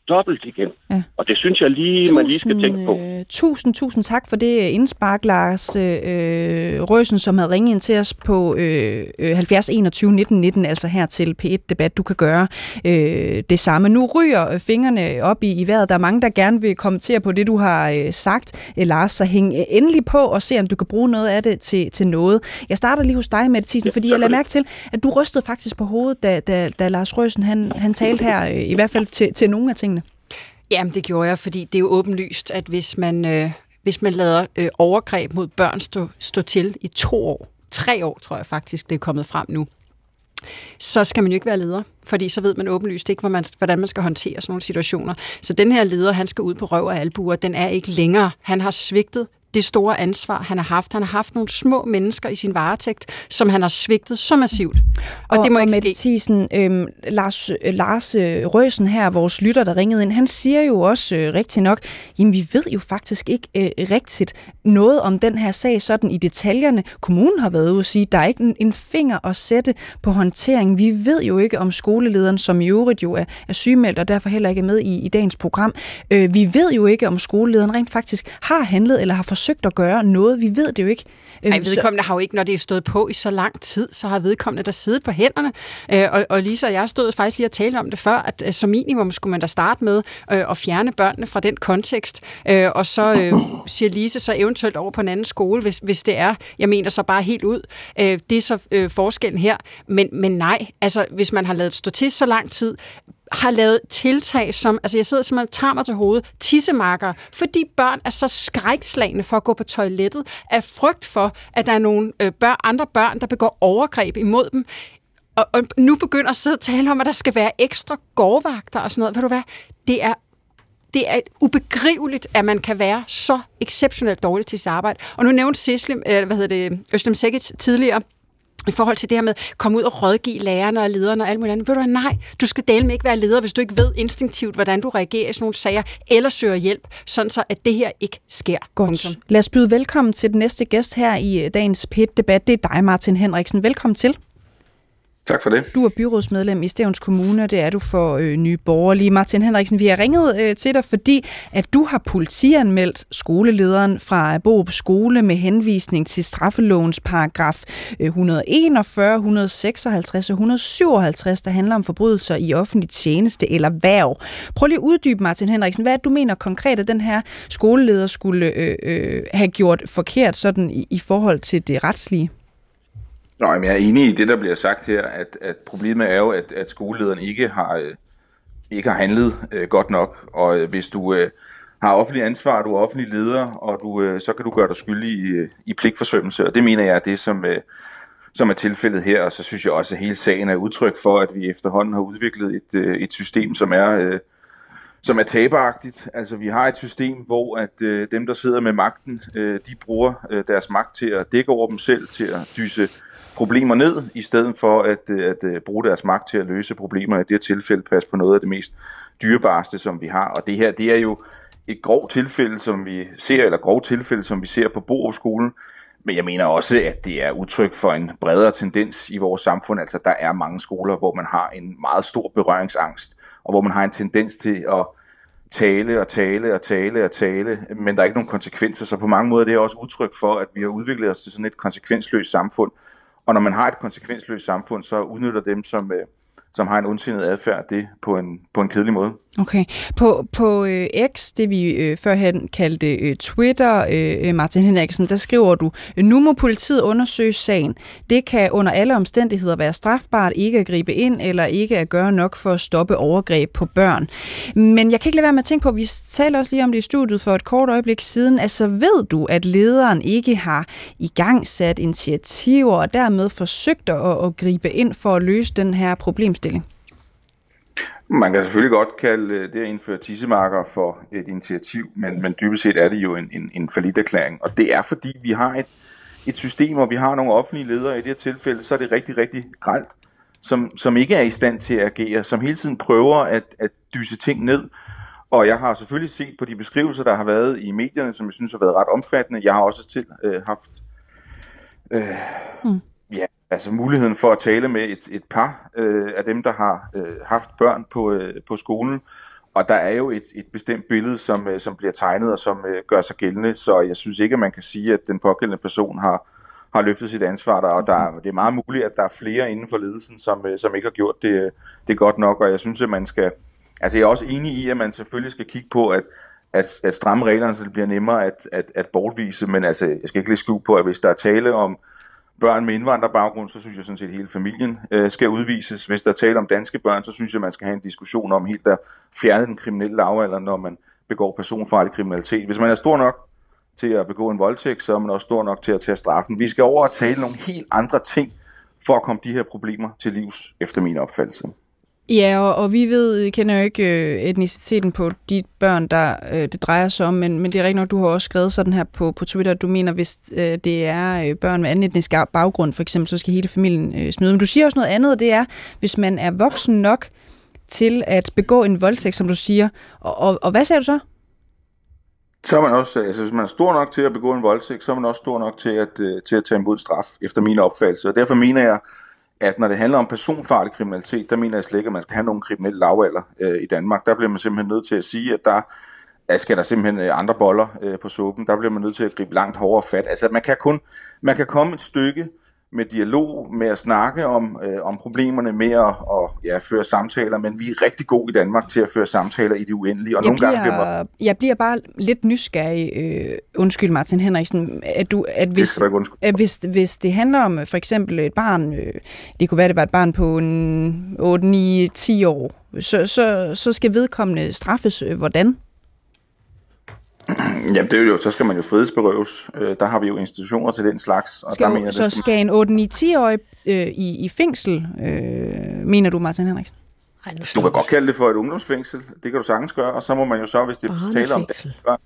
dobbelt igen. Ja. Og det synes jeg lige, tusind, man lige skal tænke på. Øh, tusind, tusind tak for det indspark, Lars øh, Røsen, som havde ringet ind til os på øh, halvfjerds enogtyve nitten nitten, altså her til P et Debat. Du kan gøre øh, det samme. Nu ryger fingrene op i, i vejret. Der er mange, der gerne vil kommentere på det, du har øh, sagt, øh, Lars. Så hæng endelig på og se, om du kan bruge noget af det til, til noget. Jeg starter lige hos dig, Mette Thiesen, ja, fordi jeg lader mærke til, at du rystede faktisk på hovedet, da, da, da Lars Røsen han, han talte her, øh, i hvert fald til, til nogle af tingene. Jamen, det gjorde jeg, fordi det er jo åbenlyst, at hvis man, øh, hvis man lader øh, overgreb mod børn stå, stå til i to år, tre år, tror jeg faktisk, det er kommet frem nu, så skal man jo ikke være leder, fordi så ved man åbenlyst ikke, hvordan man, hvordan man skal håndtere sådan nogle situationer. Så den her leder, han skal ud på røv og albuer, den er ikke længere. Han har svigtet det store ansvar, han har haft. Han har haft nogle små mennesker i sin varetægt, som han har svigtet så massivt. Og, og det må og ikke ske. Thiesen, øhm, Lars, øh, Lars øh, Røsen her, vores lytter, der ringede ind, han siger jo også øh, rigtigt nok, jamen vi ved jo faktisk ikke øh, rigtigt noget om den her sag sådan i detaljerne. Kommunen har været ude at sige, at der er ikke en, en finger at sætte på håndtering. Vi ved jo ikke om skolelederen, som i øvrigt jo er, er sygemeldt og derfor heller ikke er med i, i dagens program. Øh, vi ved jo ikke om skolelederen rent faktisk har handlet eller har forsøgt at gøre noget. Vi ved det jo ikke. Nej, vedkommende har jo ikke, når det er stået på i så lang tid, så har vedkommende der siddet på hænderne. Øh, og, og Lisa og jeg stod faktisk lige og talte om det før, at øh, som minimum skulle man da starte med øh, at fjerne børnene fra den kontekst, øh, og så øh, siger Lise så eventuelt over på en anden skole, hvis, hvis det er, jeg mener så bare helt ud. Øh, det er så øh, forskellen her. Men, men nej, altså hvis man har ladet stå til så lang tid, har lavet tiltag som, altså jeg sidder simpelthen og tager mig til hovedet, tissemarker, fordi børn er så skrækslagne for at gå på toilettet, af frygt for, at der er nogle øh, børn, andre børn, der begår overgreb imod dem. Og, og nu begynder at sidde og tale om, at der skal være ekstra gårdvagter og sådan noget. Ved du hvad? Det er Det er ubegriveligt, at man kan være så exceptionelt dårlig til sit arbejde. Og nu nævnte Sislim, øh, hvad hedder det, Özlem Cekic tidligere, i forhold til det her med at komme ud og rådgive lærerne og lederne og alt muligt andet. Ved du hvad, nej, du skal dele med ikke være leder, hvis du ikke ved instinktivt, hvordan du reagerer i sådan nogle sager, eller søger hjælp, sådan så at det her ikke sker. Godt. Lad os byde velkommen til den næste gæst her i dagens P et Debat. Det er dig, Martin Henriksen. Velkommen til. Tak for det. Du er byrådsmedlem i Stevns Kommune, og det er du for øh, Nye Borgerlige. Martin Henriksen, vi har ringet øh, til dig, fordi at du har politianmeldt skolelederen fra Borup Skole med henvisning til straffelovens paragraf et hundrede enogfyrre, et hundrede seksoghalvtreds og et hundrede syvoghalvtreds, der handler om forbrydelser i offentlig tjeneste eller hverv. Prøv lige at uddybe, Martin Henriksen, hvad du mener konkret, at den her skoleleder skulle øh, øh, have gjort forkert sådan i, i forhold til det retslige? Nå, men jeg er enig i det, der bliver sagt her, at, at problemet er jo, at, at skolelederen ikke har, øh, ikke har handlet øh, godt nok, og øh, hvis du øh, har offentlig ansvar, du er offentlig leder, og du, øh, så kan du gøre dig skyldig i, i pligtforsømmelse, og det mener jeg er det, som, øh, som er tilfældet her, og så synes jeg også, at hele sagen er udtryk for, at vi efterhånden har udviklet et, øh, et system, som er... Øh, som er taberagtigt. Altså vi har et system, hvor at øh, dem, der sidder med magten, øh, de bruger øh, deres magt til at dække over dem selv, til at dyse problemer ned, i stedet for at, øh, at øh, bruge deres magt til at løse problemer, i det her tilfælde passe på noget af det mest dyrebareste, som vi har. Og det her, det er jo et grovt tilfælde, som vi ser, eller grovt tilfælde, som vi ser på Borup Skolen. Men jeg mener også, at det er udtryk for en bredere tendens i vores samfund. Altså der er mange skoler, hvor man har en meget stor berøringsangst, og hvor man har en tendens til at tale og tale og tale og tale, men der er ikke nogen konsekvenser. Så på mange måder det er også udtryk for, at vi har udviklet os til sådan et konsekvensløst samfund. Og når man har et konsekvensløst samfund, så udnytter dem, som, som har en ondsindet adfærd, det på en, på en kedelig måde. Okay. På, på øh, X, det vi øh, førhen kaldte øh, Twitter, øh, Martin Henriksen, der skriver du, nu må politiet undersøge sagen. Det kan under alle omstændigheder være strafbart ikke at gribe ind, eller ikke at gøre nok for at stoppe overgreb på børn. Men jeg kan ikke lade være med at tænke på, vi talte også lige om det i studiet for et kort øjeblik siden, altså ved du, at lederen ikke har igangsat initiativer, og dermed forsøgt at, at gribe ind for at løse den her problemstilling? Man kan selvfølgelig godt kalde det at indføre tissemarker for et initiativ, men, men dybest set er det jo en, en, en falliterklæring. Og det er fordi, vi har et, et system, og vi har nogle offentlige ledere i det her tilfælde, så er det rigtig, rigtig grelt, som, som ikke er i stand til at agere, som hele tiden prøver at, at dyse ting ned. Og jeg har selvfølgelig set på de beskrivelser, der har været i medierne, som jeg synes har været ret omfattende. Jeg har også til øh, haft... Øh, mm. Ja, altså muligheden for at tale med et, et par øh, af dem, der har øh, haft børn på, øh, på skolen. og der er jo et, et bestemt billede, som, som bliver tegnet og som uh, gør sig gældende, så jeg synes ikke, at man kan sige, at den pågældende person har, har løftet sit ansvar der, og der, det er meget muligt, at der er flere inden for ledelsen, som, som ikke har gjort det, det godt nok, og jeg synes, at man skal, altså jeg er også enig i, at man selvfølgelig skal kigge på, at, at, at stramme reglerne, så det bliver nemmere at, at, at bortvise, men altså, jeg skal ikke lige skjule på, at hvis der er tale om børn med indvandrerbaggrund, så synes jeg sådan set, at hele familien øh, skal udvises. Hvis der er tale om danske børn, så synes jeg, at man skal have en diskussion om helt at fjerne den kriminelle lavalder, når man begår personfarlig kriminalitet. Hvis man er stor nok til at begå en voldtægt, så er man også stor nok til at tage straffen. Vi skal over og tale nogle helt andre ting for at komme de her problemer til livs, efter min opfattelse. Ja, og, og vi ved, kender jo ikke øh, etniciteten på de børn, der øh, det drejer sig om, men, men det er rigtigt nok, du har også skrevet sådan her på, på Twitter, at du mener, hvis øh, det er øh, børn med anden etnisk baggrund, for eksempel, så skal hele familien øh, smide. Men du siger også noget andet, og det er, hvis man er voksen nok til at begå en voldtægt, som du siger. Og, og, og hvad sagde du så? Så er man også, altså hvis man er stor nok til at begå en voldtægt, så er man også stor nok til at, øh, til at tage imod straf, efter min opfattelse. Og derfor mener jeg, at når det handler om personfarlig kriminalitet, der mener jeg slet ikke, at man skal have nogen kriminelle lavalder øh, i Danmark. Der bliver man simpelthen nødt til at sige, at der at skal der simpelthen andre boller øh, på suppen. Der bliver man nødt til at gribe langt hårdere fat. Altså man kan kun man kan komme et stykke med dialog, med at snakke om, øh, om problemerne, med at og, ja, føre samtaler, men vi er rigtig gode i Danmark til at føre samtaler i det uendelige. Og jeg, nogle bliver, gange bliver man... jeg bliver bare lidt nysgerrig, øh, undskyld Martin Henriksen, at, du, at, hvis, at hvis, hvis det handler om for eksempel et barn, øh, det kunne være, det var et barn på en otte ni ti år, så, så, så skal vedkommende straffes øh, hvordan? Jamen det er jo, så skal man jo frihedsberøves. Øh, der har vi jo institutioner til den slags. Og skal, der mener, så det, skal en otte ni ti-årig øh, i, i fængsel, øh, mener du, Martin Henriksen? Ej, du kan godt kalde det for et ungdomsfængsel. Det kan du sagtens gøre. Og så må man jo så, hvis det taler om danske børn,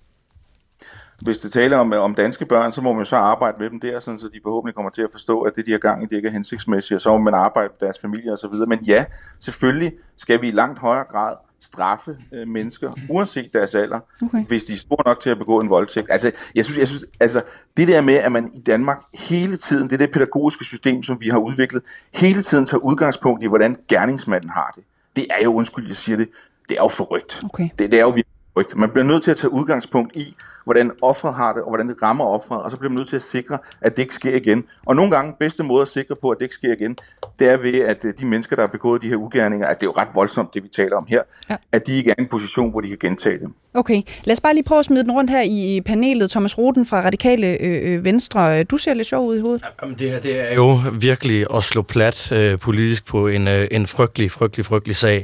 hvis det taler om, om danske børn, så må man jo så arbejde med dem der, sådan, så de forhåbentlig kommer til at forstå, at det de har gang i, det ikke er hensigtsmæssigt, og så må man arbejde med deres familie og så videre. Men ja, selvfølgelig skal vi i langt højere grad straffe øh, mennesker, uanset deres alder, okay. hvis de er store nok til at begå en voldtægt. Altså, jeg synes, jeg synes, altså, det der med, at man i Danmark hele tiden, det er det pædagogiske system, som vi har udviklet, hele tiden tager udgangspunkt i, hvordan gerningsmanden har det. Det er jo, undskyld, jeg siger det, det er jo forrygt. Okay. Det, det er jo virkelig forrygt. Man bliver nødt til at tage udgangspunkt i, hvordan offeret har det, og hvordan det rammer offeret, og så bliver man nødt til at sikre, at det ikke sker igen. Og nogle gange, bedste måde at sikre på, at det ikke sker igen, det er ved, at de mennesker, der har begået de her ugerninger, altså det er jo ret voldsomt, det vi taler om her, ja. at de ikke er i en position, hvor de kan gentage dem. Okay, lad os bare lige prøve at smide den rundt her i panelet. Thomas Roden fra Radikale øh, Venstre, du ser lidt sjov ud i hovedet. Jamen, det her det er jo virkelig at slå plat øh, politisk på en, øh, en frygtelig, frygtelig, frygtelig sag.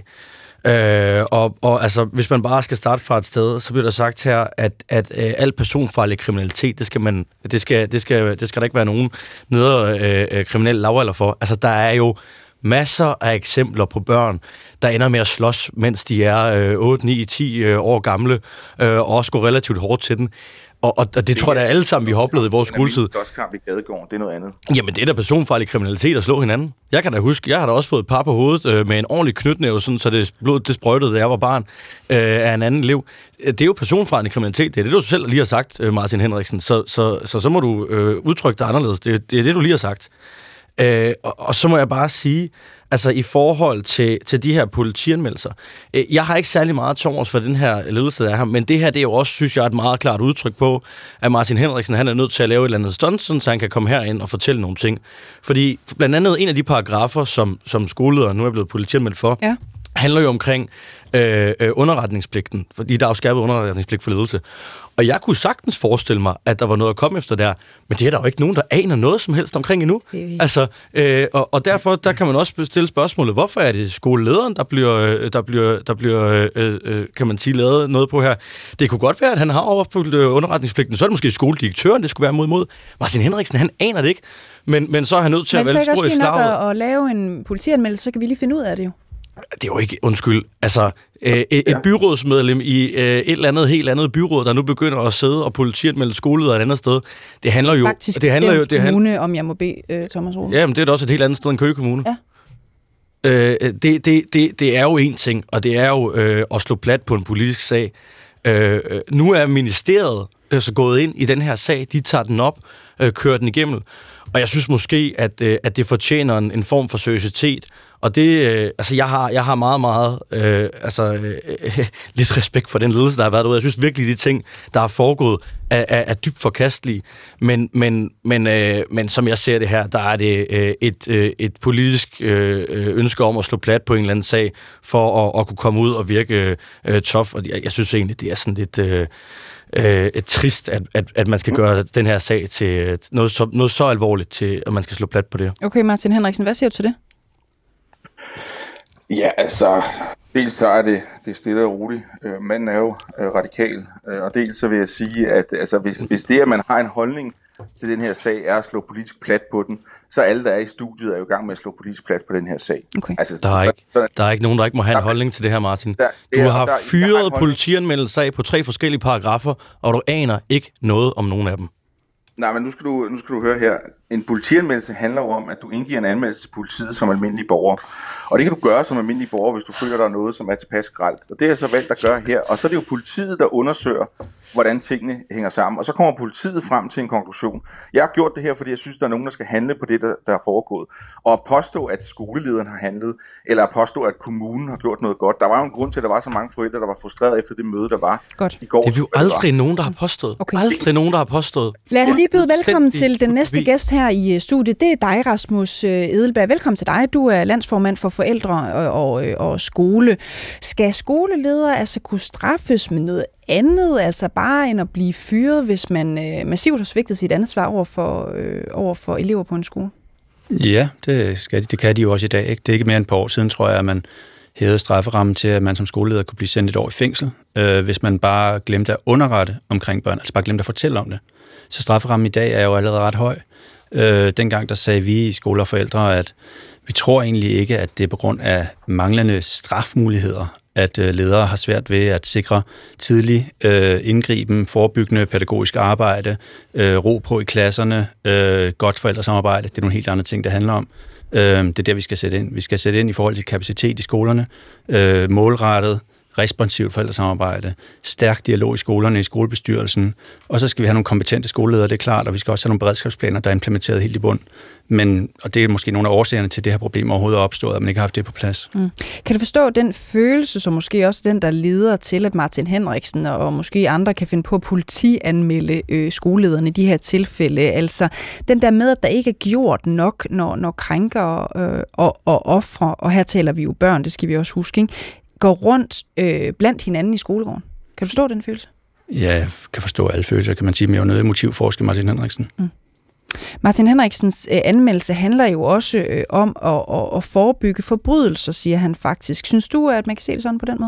Øh, og, og altså, hvis man bare skal starte fra et sted, så bliver der sagt her, at, at øh, al personfarlig kriminalitet, det skal man, det skal, det skal, det skal der ikke være nogen nedre øh, kriminelle lavalder for. Altså, der er jo masser af eksempler på børn, der ender med at slås, mens de er øh, otte ni ti øh, år gamle, øh, og også går relativt hårdt til den. Og, og det, det tror jeg da alle sammen, vi har oplevet i vores skoletid. Det er dødskamp i gadegården, det er noget andet. Jamen, det er da personfarlig kriminalitet at slå hinanden. Jeg kan da huske, jeg har da også fået et par på hovedet øh, med en ordentlig knytnæve, sådan, så det blod det sprøjtede, da jeg var barn, øh, af en anden elev. Det er jo personfarlig kriminalitet. Det er det, du selv lige har sagt, øh, Martin Henriksen. Så, så, så, så må du øh, udtrykke dig anderledes. Det, det er det, du lige har sagt. Øh, og, og så må jeg bare sige, altså i forhold til, til de her politianmeldelser, øh, jeg har ikke særlig meget tårs for den her ledelse, der er her, men det her, det er jo også, synes jeg, et meget klart udtryk på, at Martin Henriksen, han er nødt til at lave et eller andet stunt, så han kan komme herind og fortælle nogle ting. Fordi blandt andet en af de paragrafer, som, som skoleleder nu er blevet politianmeldt for, ja. handler jo omkring øh, øh, underretningspligten, fordi der er jo skærpet underretningspligt for ledelse. Og jeg kunne sagtens forestille mig, at der var noget at komme efter der, men det er der jo ikke nogen, der aner noget som helst omkring endnu. Altså, øh, og, og derfor der kan man også stille spørgsmålet, hvorfor er det skolelederen, der bliver, der bliver, der bliver øh, øh, kan man sige, lavet noget på her? Det kunne godt være, at han har overfyldt underretningspligten, så er det måske skoledirektøren, det skulle være mod mod. Martin Henriksen, han aner det ikke, men, men så er han nødt til men at vælge spor i slaget. Men så er det også fint nok at lave en politianmeldelse, så kan vi lige finde ud af det jo. Det er jo ikke, undskyld, altså øh, et ja. byrådsmedlem i øh, et eller andet helt andet byråd, der nu begynder at sidde og politianmelde skoleledere et andet sted, det handler jo... Faktisk det handler jo det kommune, han... om jeg må bede øh, Thomas Roden. Ja, men det er da også et helt andet sted end Køge Kommune. Ja. Øh, det, det, det, det er jo en ting, og det er jo øh, at slå plat på en politisk sag. Øh, nu er ministeriet øh, så gået ind i den her sag, de tager den op, øh, kører den igennem, og jeg synes måske, at, øh, at det fortjener en, en form for seriøsitet, Og det, øh, altså jeg har, jeg har meget, meget øh, altså, øh, lidt respekt for den ledelse, der har været derude. Jeg synes virkelig, de ting, der er foregået, er, er, er dybt forkastelige. Men, men, men, øh, men som jeg ser det her, der er det øh, et, øh, et politisk øh, ønske om at slå plat på en eller anden sag, for at, at kunne komme ud og virke øh, tough. Og jeg, jeg synes egentlig, det er sådan lidt... Øh, Øh, et trist, at, at, at man skal gøre den her sag til noget så, noget så alvorligt, til at man skal slå plat på det. Okay, Martin Henriksen, hvad siger du til det? Ja, altså, dels så er det, det er stille og roligt. Øh, manden er jo øh, radikal, øh, og dels så vil jeg sige, at altså, hvis, hvis det, at man har en holdning til den her sag, er at slå politisk plat på den, så alle, der er i studiet, er jo i gang med at slå politisk plat på den her sag. Okay. Altså, der, er ikke, der er ikke nogen, der ikke må have en holdning til det her, Martin. Der, du der, har der, fyret politianmeldelse af på tre forskellige paragrafer, og du aner ikke noget om nogen af dem. Nej, men nu skal, du, nu skal du høre her. En politianmeldelse handler jo om, at du indgiver en anmeldelse til politiet som almindelig borger. Og det kan du gøre som almindelig borger, hvis du føler, der er noget, som er tilpas grelt. Og det er så valgt at gøre her. Og så er det jo politiet, der undersøger, hvordan tingene hænger sammen. Og så kommer politiet frem til en konklusion. Jeg har gjort det her, fordi jeg synes, der er nogen, der skal handle på det, der, der er foregået. Og at påstå, at skolelederen har handlet, eller at påstå, at kommunen har gjort noget godt. Der var jo en grund til, at der var så mange forældre, der var frustreret efter det møde, der var godt. i går. Det er jo aldrig nogen, der har påstået. Okay. Aldrig nogen, der har påstået. Lad os lige byde velkommen til den næste gæst her i studiet. Det er dig, Rasmus Edelberg. Velkommen til dig. Du er landsformand for forældre og, og, og skole. Skal skoleledere altså kunne straffes med noget andet, altså bare end at blive fyret, hvis man øh, massivt har svigtet sit ansvar over for, øh, over for elever på en skole? Ja, det, skal de, det kan de jo også i dag. Ikke? Det er ikke mere end et par år siden, tror jeg, at man hævede strafferammen til, at man som skoleleder kunne blive sendt et år i fængsel, øh, hvis man bare glemte at underrette omkring børn, altså bare glemte at fortælle om det. Så strafferammen i dag er jo allerede ret høj. Øh, dengang der sagde vi i Skole og Forældre, at vi tror egentlig ikke, at det er på grund af manglende strafmuligheder, at øh, ledere har svært ved at sikre tidlig øh, indgriben, forebyggende pædagogisk arbejde, øh, ro på i klasserne, øh, godt forældresamarbejde. Det er nogle helt andre ting, det handler om. Øh, det er der, vi skal sætte ind. Vi skal sætte ind i forhold til kapacitet i skolerne, øh, målrettet, responsivt forældresamarbejde, stærk dialog i skolerne, i skolebestyrelsen, og så skal vi have nogle kompetente skoleledere, det er klart, og vi skal også have nogle beredskabsplaner, der er implementeret helt i bund. Men, og det er måske nogle af årsagerne til, det her problem overhovedet er opstået, at man ikke har haft det på plads. Mm. Kan du forstå den følelse, som måske også den, der leder til, at Martin Henriksen og måske andre kan finde på at politianmelde øh, skolelederne i de her tilfælde? Altså den der med, at der ikke er gjort nok, når, når krænker øh, og, og ofre, og her taler vi jo børn, det skal vi også huske, ikke? Går rundt øh, blandt hinanden i skolegården. Kan du forstå den følelse? Ja, jeg kan forstå alle følelser, kan man sige, men jeg er jo noget motivforsker, Martin Henriksen. Mm. Martin Henriksens øh, anmeldelse handler jo også øh, om at, at, at forebygge forbrydelser, siger han faktisk. Synes du, at man kan se det sådan på den måde?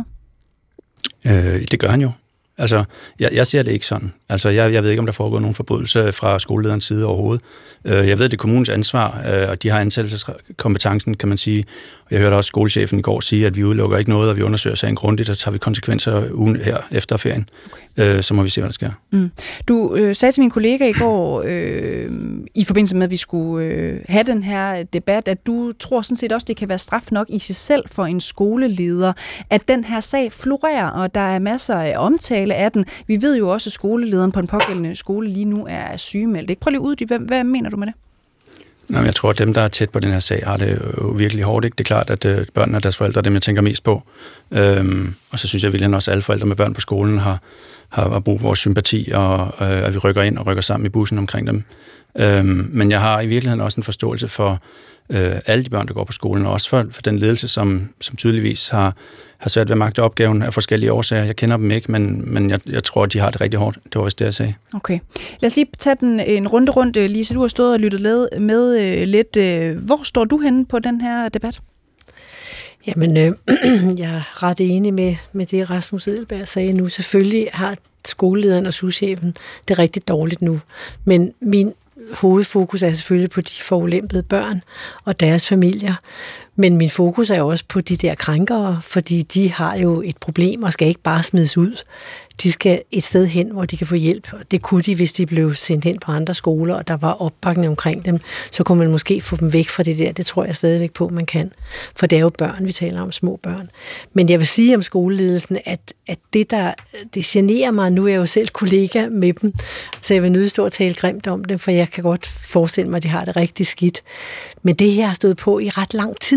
Øh, det gør han jo. Altså, jeg, jeg ser det ikke sådan. Altså, jeg, jeg ved ikke, om der foregår nogen forbrydelse fra skolelederens side overhovedet. Øh, jeg ved, det er kommunens ansvar, øh, og de har ansættelseskompetencen, kan man sige. Jeg hørte også skolechefen i går sige, at vi udelukker ikke noget, og vi undersøger sagen grundigt, og så tager vi konsekvenser ugen her efter ferien. Okay. Øh, så må vi se, hvad der sker. Mm. Du øh, sagde til min kollega i går, øh, i forbindelse med, at vi skulle øh, have den her debat, at du tror sådan set også, det kan være straf nok i sig selv for en skoleleder, at den her sag florerer, og der er masser af omtale af den. Vi ved jo også, at skolelederen på den pågældende skole lige nu er sygemeldt. Ikke? Prøv lige ud, hvad, hvad mener du med det? Nå, jeg tror, at dem, der er tæt på den her sag, har det jo virkelig hårdt. Ikke? Det er klart, at øh, børnene og deres forældre er dem, jeg tænker mest på. Øhm, og så synes jeg virkelig også, at alle forældre med børn på skolen har, har, har brug for vores sympati, og øh, at vi rykker ind og rykker sammen i bussen omkring dem. Øhm, men jeg har i virkeligheden også en forståelse for øh, alle de børn, der går på skolen, og også for, for den ledelse, som, som tydeligvis har, har svært ved at magte opgaven af forskellige årsager. Jeg kender dem ikke, men, men jeg, jeg tror, at de har det rigtig hårdt. Det var vist det, jeg sagde. Okay. Lad os lige tage den en runde rundt. Lise, du har stået og lyttet med, med øh, lidt. Hvor står du henne på den her debat? Jamen, øh, jeg er ret enig med, med det, Rasmus Edelberg sagde nu. Selvfølgelig har skolelederen og souschefen det rigtig dårligt nu. Men min hovedfokus er selvfølgelig på de forulempede børn og deres familier. Men min fokus er også på de der krænkere, fordi de har jo et problem og skal ikke bare smides ud. De skal et sted hen, hvor de kan få hjælp. Det kunne de, hvis de blev sendt hen på andre skoler, og der var opbakning omkring dem. Så kunne man måske få dem væk fra det der. Det tror jeg stadigvæk på, man kan. For det er jo børn, vi taler om, små børn. Men jeg vil sige om skoleledelsen, at, at det, der det generer mig, nu er jeg jo selv kollega med dem, så jeg vil nødt stå og tale grimt om det, for jeg kan godt forestille mig, at de har det rigtig skidt. Men det her har stået på i ret lang tid.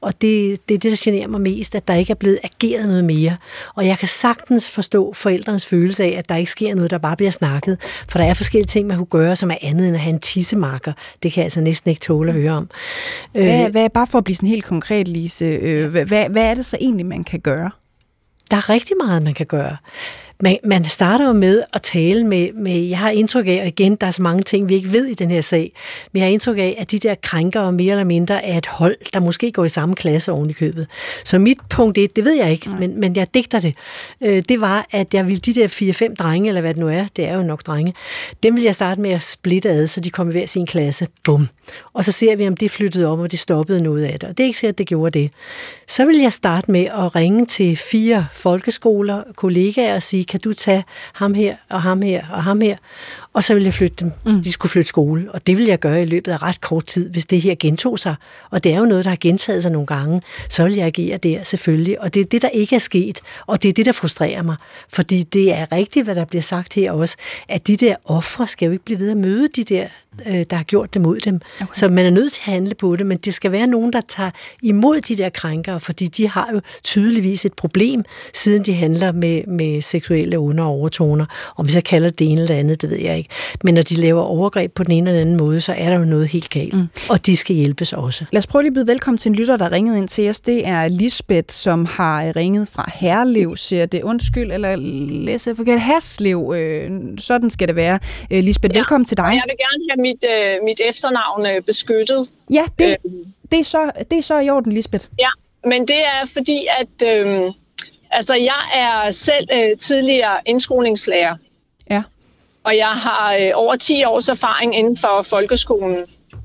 Og det, det er det, der generer mig mest, at der ikke er blevet ageret noget mere. Og jeg kan sagtens forstå forældrenes følelse af, at der ikke sker noget, der bare bliver snakket. For der er forskellige ting, man kunne gøre, som er andet end at have en tissemarker. Det kan jeg altså næsten ikke tåle at høre om. Hvad, hvad, bare for at blive sådan helt konkret, Lise, hvad, hvad er det så egentlig, man kan gøre? Der er rigtig meget, man kan gøre. Man, man starter jo med at tale med, med, jeg har indtryk af, og igen, der er så mange ting, vi ikke ved i den her sag, men jeg har indtryk af, at de der krænkere mere eller mindre er et hold, der måske går i samme klasse oven i købet. Så mit punkt et, det ved jeg ikke, men, men jeg digter det, øh, det var, at jeg ville de der fire-fem drenge, eller hvad det nu er, det er jo nok drenge, dem vil jeg starte med at splitte ad, så de kommer i hver sin klasse. Bum. Og så ser vi, om det flyttede om, og det stoppede noget af det. Og det er ikke sikkert, at det gjorde det. Så vil jeg starte med at ringe til fire folkeskoler, kollegaer og sige, kan du tage ham her, og ham her, og ham her, og så vil jeg flytte dem. Mm. De skulle flytte skole, og det vil jeg gøre i løbet af ret kort tid, hvis det her gentog sig. Og det er jo noget, der har gentaget sig nogle gange, så vil jeg agere der selvfølgelig. Og det er det, der ikke er sket, og det er det, der frustrerer mig. Fordi det er rigtigt, hvad der bliver sagt her også, at de der ofre skal jo ikke blive ved at møde de der, der har gjort det mod dem. Okay. Så man er nødt til at handle på det, men det skal være nogen, der tager imod de der krænkere, fordi de har jo tydeligvis et problem, siden de handler med, med seksuelle under- og overtoner. Om vi så kalder det ene eller andet, det ved jeg ikke. Men når de laver overgreb på den ene eller anden måde, så er der jo noget helt galt. Mm. Og de skal hjælpes også. Lad os prøve lige at byde velkommen til en lytter, der ringede ind til os. Det er Lisbeth, som har ringet fra Herlev, siger det. Undskyld, eller læser jeg forkert? Haslev. Øh, sådan skal det være. Øh, Lisbeth, ja. Velkommen til dig. Og jeg vil gerne have mit, øh, mit efternavn øh, beskyttet. Ja, det, øh. det, er så, det er så i orden, Lisbeth. Ja, men det er fordi, at øh, altså, jeg er selv øh, tidligere indskolingslærer. Ja. Og jeg har øh, over ti års erfaring inden for folkeskolen.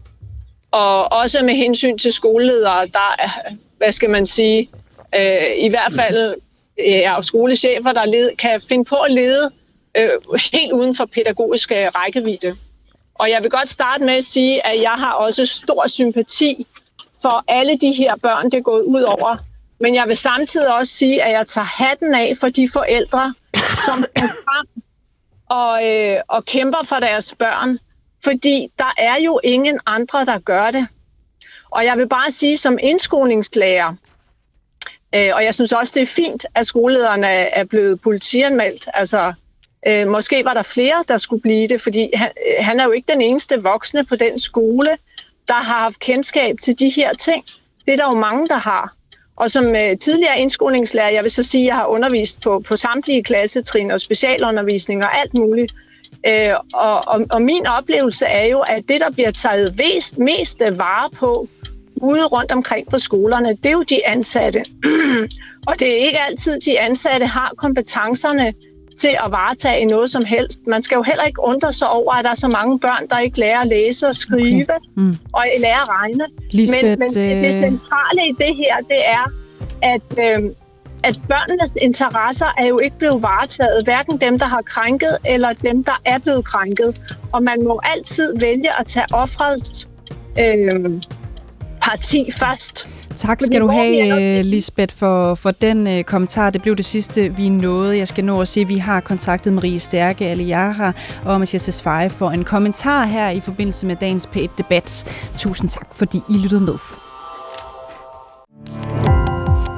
Og også med hensyn til skoleledere, der er, hvad skal man sige, øh, i hvert fald er øh, skolechefer, der led, kan finde på at lede øh, helt uden for pædagogisk rækkevidde. Og jeg vil godt starte med at sige, at jeg har også stor sympati for alle de her børn, det er gået ud over. Men jeg vil samtidig også sige, at jeg tager hatten af for de forældre, som er frem og, øh, og kæmper for deres børn. Fordi der er jo ingen andre, der gør det. Og jeg vil bare sige, som indskolingslærer, øh, og jeg synes også, det er fint, at skolelederne er blevet politianmeldt. Altså, øh, måske var der flere, der skulle blive det, fordi han, han er jo ikke den eneste voksne på den skole, der har haft kendskab til de her ting. Det er der jo mange, der har. Og som øh, tidligere indskolingslærer, jeg vil så sige, at jeg har undervist på, på samtlige klassetrin og specialundervisning og alt muligt. Øh, og, og, og min oplevelse er jo, at det, der bliver taget mest, mest vare på ude rundt omkring på skolerne, det er jo de ansatte. Og det er ikke altid, de ansatte har kompetencerne til at varetage noget som helst. Man skal jo heller ikke undre sig over, at der er så mange børn, der ikke lærer at læse og skrive, okay. mm. og lærer at regne. Lisbeth, men, men øh... det centrale i det her, det er, at... Øh, at børnenes interesser er jo ikke blevet varetaget, hverken dem, der har krænket, eller dem, der er blevet krænket. Og man må altid vælge at tage offerets øh, parti først. Tak skal du have, Lisbeth, for, for den uh, kommentar. Det blev det sidste, vi nåede. Jeg skal nå at se, at vi har kontaktet Marie Stærke Aliara og Mathias Tesfaye for en kommentar her i forbindelse med dagens P et Debat. Tusind tak, fordi I lyttede med.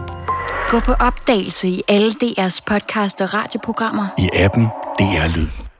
Gå på opdagelse i alle D R's podcast og radioprogrammer. I appen D R Lyd.